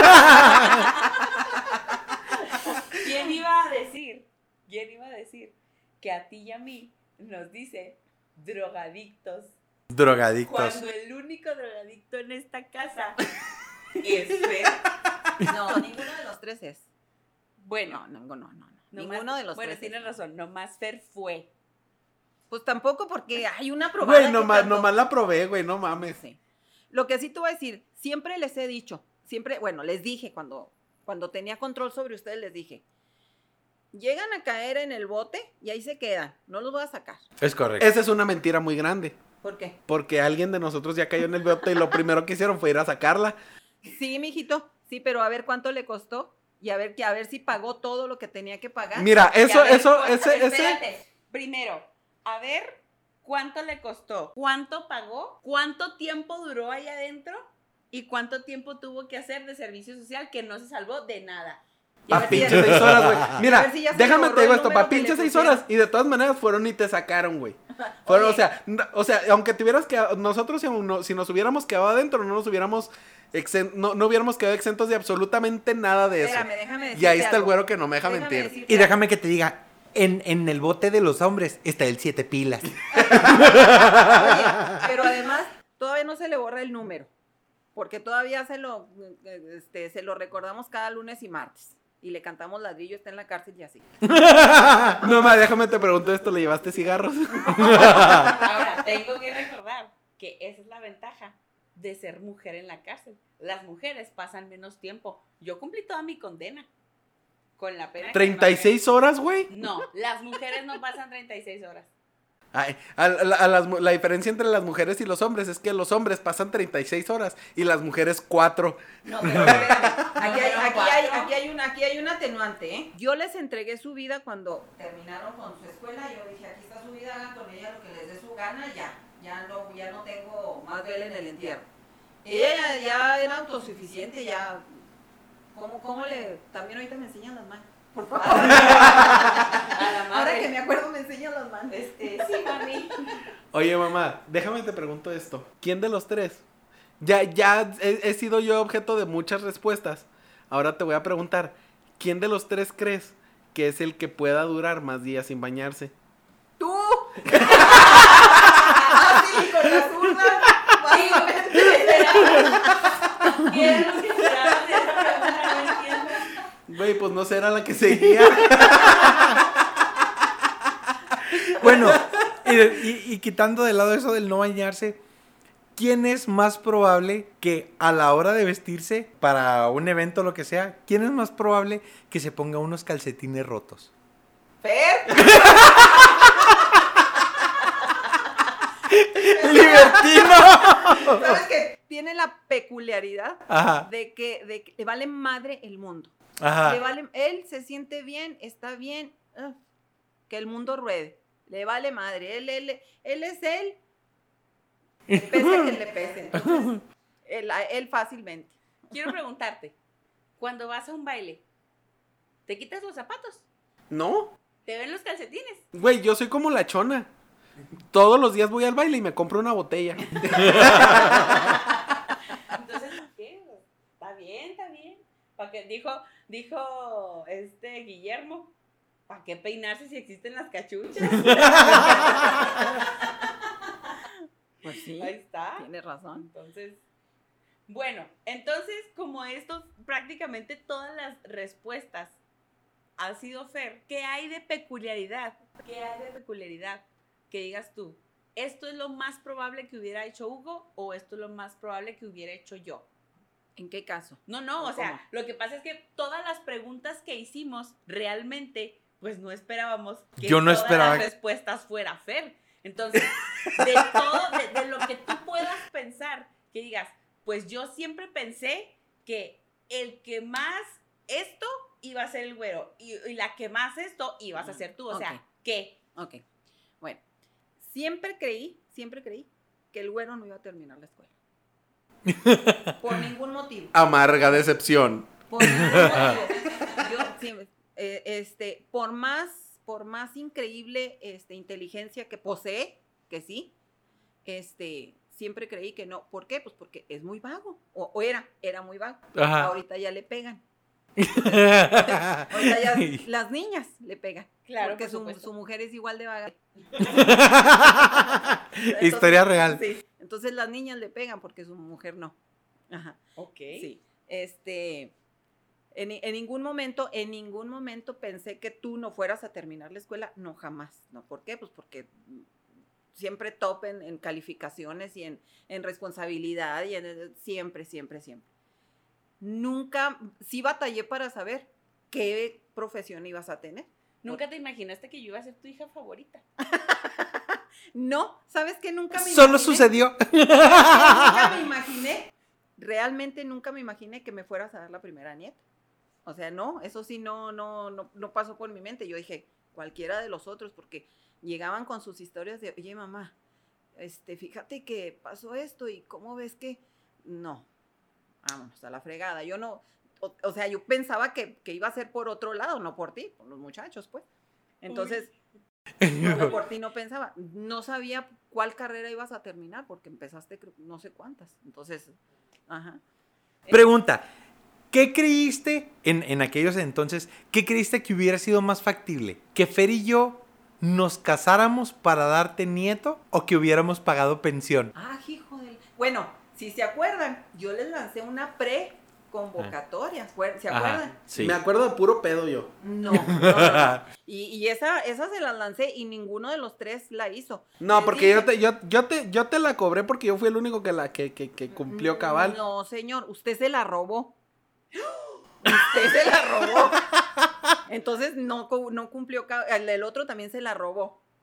¿Quién iba a decir? Que a ti y a mí nos dice drogadictos. Drogadictos. Cuando el único drogadicto en esta casa es Fer. No, ninguno de los tres es. Bueno, No. nomás- Ninguno de los bueno, tres. tienes razón, nomás Fer fue. Pues tampoco porque hay una probada. Güey, que nomás tanto- la probé, güey, no mames. Sí. Lo que sí te voy a decir, siempre les he dicho, les dije cuando tenía control sobre ustedes, les dije, llegan a caer en el bote y ahí se quedan, no los voy a sacar. Es correcto. Esa es una mentira muy grande. ¿Por qué? Porque alguien de nosotros ya cayó en el bote y lo primero que hicieron fue ir a sacarla. Sí, mijito, sí, pero a ver cuánto le costó y a ver si pagó todo lo que tenía que pagar. Mira, Y a ver, ese. Espérate, primero, a ver cuánto le costó, cuánto pagó, cuánto tiempo duró ahí adentro y cuánto tiempo tuvo que hacer de servicio social que no se salvó de nada. Y a Pa' ver si ya- pinche 6 horas, güey. a Mira, ver si ya se déjame borró te digo el esto, número pa' que le pinche 6 pusieron. horas. Y de todas maneras fueron y te sacaron, güey. Fueron, Oye. o sea, aunque te hubieras quedado, nosotros si nos hubiéramos quedado adentro, no nos hubiéramos, no hubiéramos quedado exentos de absolutamente nada de eso. Espérame, déjame decirte Y ahí está el algo. güero que no me deja Déjame mentir. decirte Y déjame que te diga, en el bote de los hombres está el 7 pilas. Oye, pero además todavía no se le borra el número, porque todavía se lo recordamos cada lunes y martes. Y le cantamos ladrillo, está en la cárcel y así. No, ma, déjame te pregunto esto, ¿le llevaste cigarros? Ahora, tengo que recordar que esa es la ventaja de ser mujer en la cárcel. Las mujeres pasan menos tiempo. Yo cumplí toda mi condena con la pena. que me 36 horas, güey. No, las mujeres no pasan 36 horas. Ay, la diferencia entre las mujeres y los hombres es que los hombres pasan 36 horas y las mujeres 4. No, pero espérame. Aquí hay un atenuante, ¿eh? Yo les entregué su vida cuando terminaron con su escuela. Yo dije, aquí está su vida, hagan con ella lo que les dé su gana, ya no tengo más vela en el entierro. Ella ya era autosuficiente, ya. ¿Cómo le...? También ahorita me enseñan las manos. Por favor. Ahora que me acuerdo me enseñan las manos. Sí, mami. Oye, mamá, déjame te pregunto esto. ¿Quién de los tres? Ya he sido yo objeto de muchas respuestas. Ahora te voy a preguntar, ¿quién de los tres crees que es el que pueda durar más días sin bañarse? ¡Tú! Así, con la zurda. Güey, pues no sé, era la que seguía. Bueno, y quitando de lado eso del no bañarse, ¿quién es más probable que a la hora de vestirse para un evento o lo que sea, quién es más probable que se ponga unos calcetines rotos? ¡Fer! ¡Libertino! ¿Sabes qué? Tiene la peculiaridad Ajá. de que le vale madre el mundo. Ajá. Él se siente bien, está bien, que el mundo ruede. Le vale madre. Él es él. Le pese que le pese. Entonces, él fácilmente. Quiero preguntarte, cuando vas a un baile, ¿te quitas los zapatos? ¿No? ¿Te ven los calcetines? Güey, yo soy como la chona. Todos los días voy al baile y me compro una botella. Entonces, ¿qué? Está bien. ¿Para qué? Dijo Guillermo, ¿para qué peinarse si existen las cachuchas? Pues sí. Ahí está. Tienes razón. Entonces, como esto, prácticamente todas las respuestas han sido Fer, ¿qué hay de peculiaridad? Que digas tú, ¿esto es lo más probable que hubiera hecho Hugo o esto es lo más probable que hubiera hecho yo? ¿En qué caso? No, o ¿Cómo? sea, lo que pasa es que todas las preguntas que hicimos, realmente, pues no esperábamos que Yo no todas esperaba. las respuestas fuera Fer. Entonces, de lo que tú puedas pensar, que digas, pues yo siempre pensé que el que más esto iba a ser el güero y la que más esto ibas a ser tú. O sea, Ok. ¿qué? Ok. Bueno, siempre creí que el güero no iba a terminar la escuela. Por ningún motivo. Amarga decepción. Por ningún motivo. Yo siempre, por más increíble inteligencia que posee, que sí, siempre creí que no. ¿Por qué? Pues porque es muy vago. O era muy vago. Ajá. Ahorita ya le pegan. Ahorita ya las niñas le pegan. Claro, porque por supuesto. su mujer es igual de vaga. Historia real. Sí, entonces las niñas le pegan porque su mujer no. Ajá. Ok. Sí. En ningún momento pensé que tú no fueras a terminar la escuela. No, jamás. No, ¿por qué? Pues porque siempre top en calificaciones y en responsabilidad y siempre. Nunca, sí batallé para saber qué profesión ibas a tener. ¿Nunca te imaginaste que yo iba a ser tu hija favorita? No, ¿sabes qué? Nunca me Solo imaginé. sucedió. Nunca me imaginé, realmente nunca me imaginé que me fueras a dar la primera nieta. O sea, no, eso sí no pasó por mi mente. Yo dije, cualquiera de los otros, porque llegaban con sus historias de, oye, mamá, fíjate que pasó esto y cómo ves que... No, vámonos a la fregada. Yo no, o sea, yo pensaba que iba a ser por otro lado, no por ti, por los muchachos, pues. Entonces, no, por ti no pensaba. No sabía cuál carrera ibas a terminar, porque empezaste no sé cuántas. Entonces, ajá. Pregunta, ¿qué creíste en aquellos entonces, qué creíste que hubiera sido más factible? ¿Que Fer y yo nos casáramos para darte nieto o que hubiéramos pagado pensión? Ah, hijo de... Bueno, si se acuerdan, yo les lancé una pre-convocatoria, ¿se acuerdan? Sí. Me acuerdo de puro pedo yo. No. Y esa se las lancé y ninguno de los tres la hizo. No, Les porque dije, yo te la cobré porque yo fui el único que cumplió cabal. No, señor, usted se la robó. Usted se la robó. Entonces no cumplió cabal. El otro también se la robó.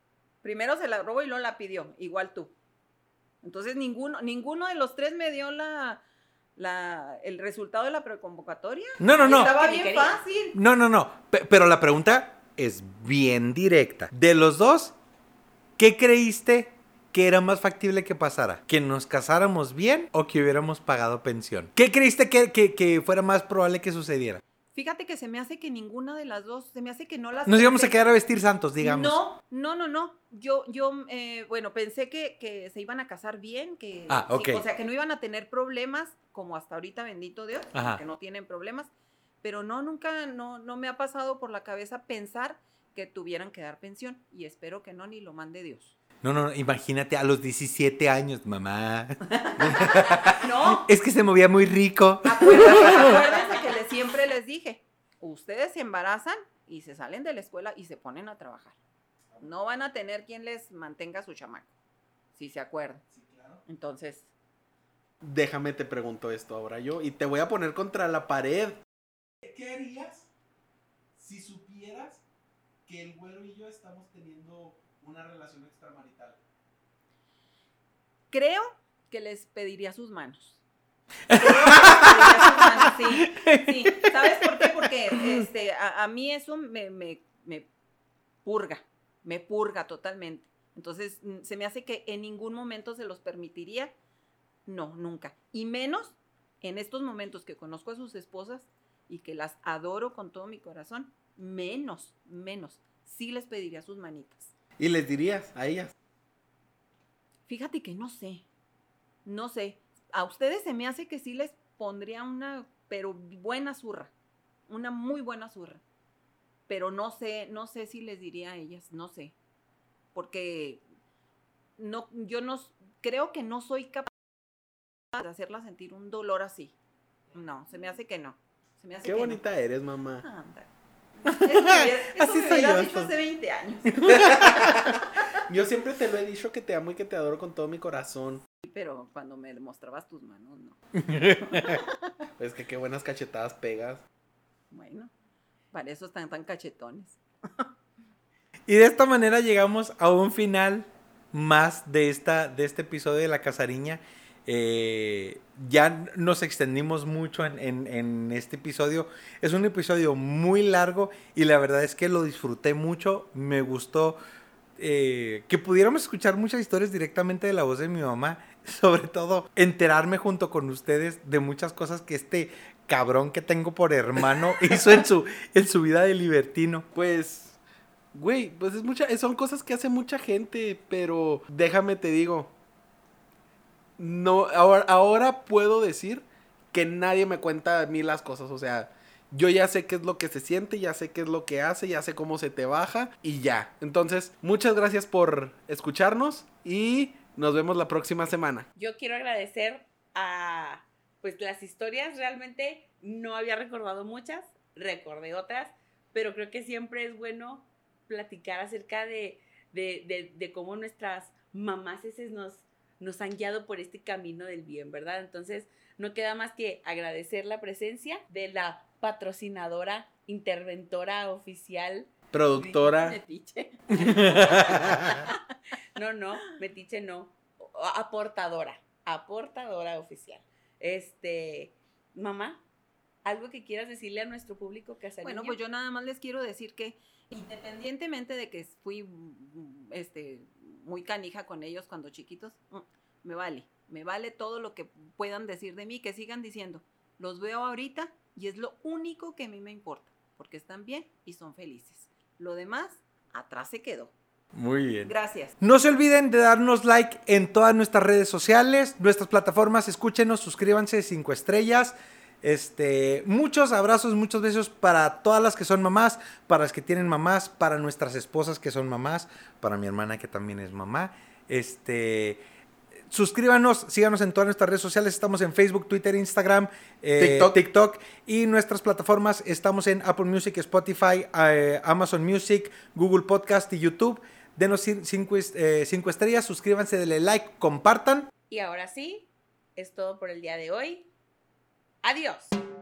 Primero se la robó y luego la pidió, igual tú. Entonces ninguno de los tres me dio el resultado de la preconvocatoria. No. Estaba Que ni bien quería. fácil. No. Pero la pregunta es bien directa. De los dos, ¿qué creíste que era más factible que pasara? ¿Que nos casáramos bien o que hubiéramos pagado pensión? ¿Qué creíste que fuera más probable que sucediera? Fíjate que se me hace que ninguna de las dos, se me hace que no las Nos íbamos a pensé. quedar a vestir santos, digamos. No. Yo bueno, pensé que se iban a casar bien, que, ok. o sea, que no iban a tener problemas, como hasta ahorita, bendito Dios, Ajá. que no tienen problemas. Pero nunca me ha pasado por la cabeza pensar que tuvieran que dar pensión. Y espero que no, ni lo mande Dios. No, imagínate a los 17 años, mamá. No, Es que se movía muy rico. acuérdense que siempre les dije, ustedes se embarazan y se salen de la escuela y se ponen a trabajar. No van a tener quien les mantenga a su chamaco, si se acuerdan. Entonces, Déjame te pregunto esto ahora yo y te voy a poner contra la pared. ¿Qué harías si supieras que el güero y yo estamos teniendo una relación extramarital? creo que les pediría sus manos. Sí. ¿Sabes por qué? Porque a mí eso me purga totalmente. Entonces, se me hace que en ningún momento se los permitiría. No, nunca. Y menos en estos momentos que conozco a sus esposas y que las adoro con todo mi corazón, menos. Sí les pediría sus manitas. ¿Y les dirías a ellas? Fíjate que no sé. A ustedes se me hace que sí les pondría una, pero buena zurra. Una muy buena zurra. Pero no sé si les diría a ellas, no sé. Porque yo no creo que no soy capaz de hacerla sentir un dolor así. No, se me hace que no. Se me hace Qué que bonita no. eres, mamá. Anda. Así me soy hubieras yo, dicho pues. hace 20 años. Yo siempre te lo he dicho que te amo y que te adoro con todo mi corazón. Pero cuando me mostrabas tus manos, no. Es que qué buenas cachetadas pegas. Bueno, para eso están tan cachetones. Y de esta manera llegamos a un final más de este episodio de La Casariña. Ya nos extendimos mucho en este episodio. Es un episodio muy largo y la verdad es que lo disfruté mucho. Me gustó que pudiéramos escuchar muchas historias directamente de la voz de mi mamá. Sobre todo enterarme junto con ustedes de muchas cosas que este cabrón que tengo por hermano hizo en su vida de libertino. Pues, güey, pues son cosas que hace mucha gente, pero déjame te digo, no, ahora puedo decir que nadie me cuenta a mí las cosas, o sea, yo ya sé qué es lo que se siente, ya sé qué es lo que hace, ya sé cómo se te baja y ya. Entonces, muchas gracias por escucharnos y nos vemos la próxima semana. Yo quiero agradecer a, pues, las historias. Realmente no había recordado muchas, recordé otras, pero creo que siempre es bueno platicar acerca de cómo nuestras mamás nos han guiado por este camino del bien, ¿verdad? Entonces, no queda más que agradecer la presencia de la patrocinadora, interventora oficial. Productora. Metiche. No, metiche no. Aportadora oficial. Mamá, ¿algo que quieras decirle a nuestro público casariño? Bueno, pues yo nada más les quiero decir que independientemente de que fui muy canija con ellos cuando chiquitos, me vale todo lo que puedan decir de mí, que sigan diciendo. Los veo ahorita y es lo único que a mí me importa, porque están bien y son felices. Lo demás, atrás se quedó. Muy bien. Gracias. No se olviden de darnos like en todas nuestras redes sociales, nuestras plataformas, escúchenos, suscríbanse, 5 estrellas. Muchos abrazos, muchos besos para todas las que son mamás, para las que tienen mamás, para nuestras esposas que son mamás, para mi hermana que también es mamá. Suscríbanos, síganos en todas nuestras redes sociales. Estamos en Facebook, Twitter, Instagram, TikTok. Y nuestras plataformas estamos en Apple Music, Spotify, Amazon Music, Google Podcast y YouTube. Denos 5 estrellas, suscríbanse, denle like, compartan. Y ahora sí, es todo por el día de hoy. Adiós.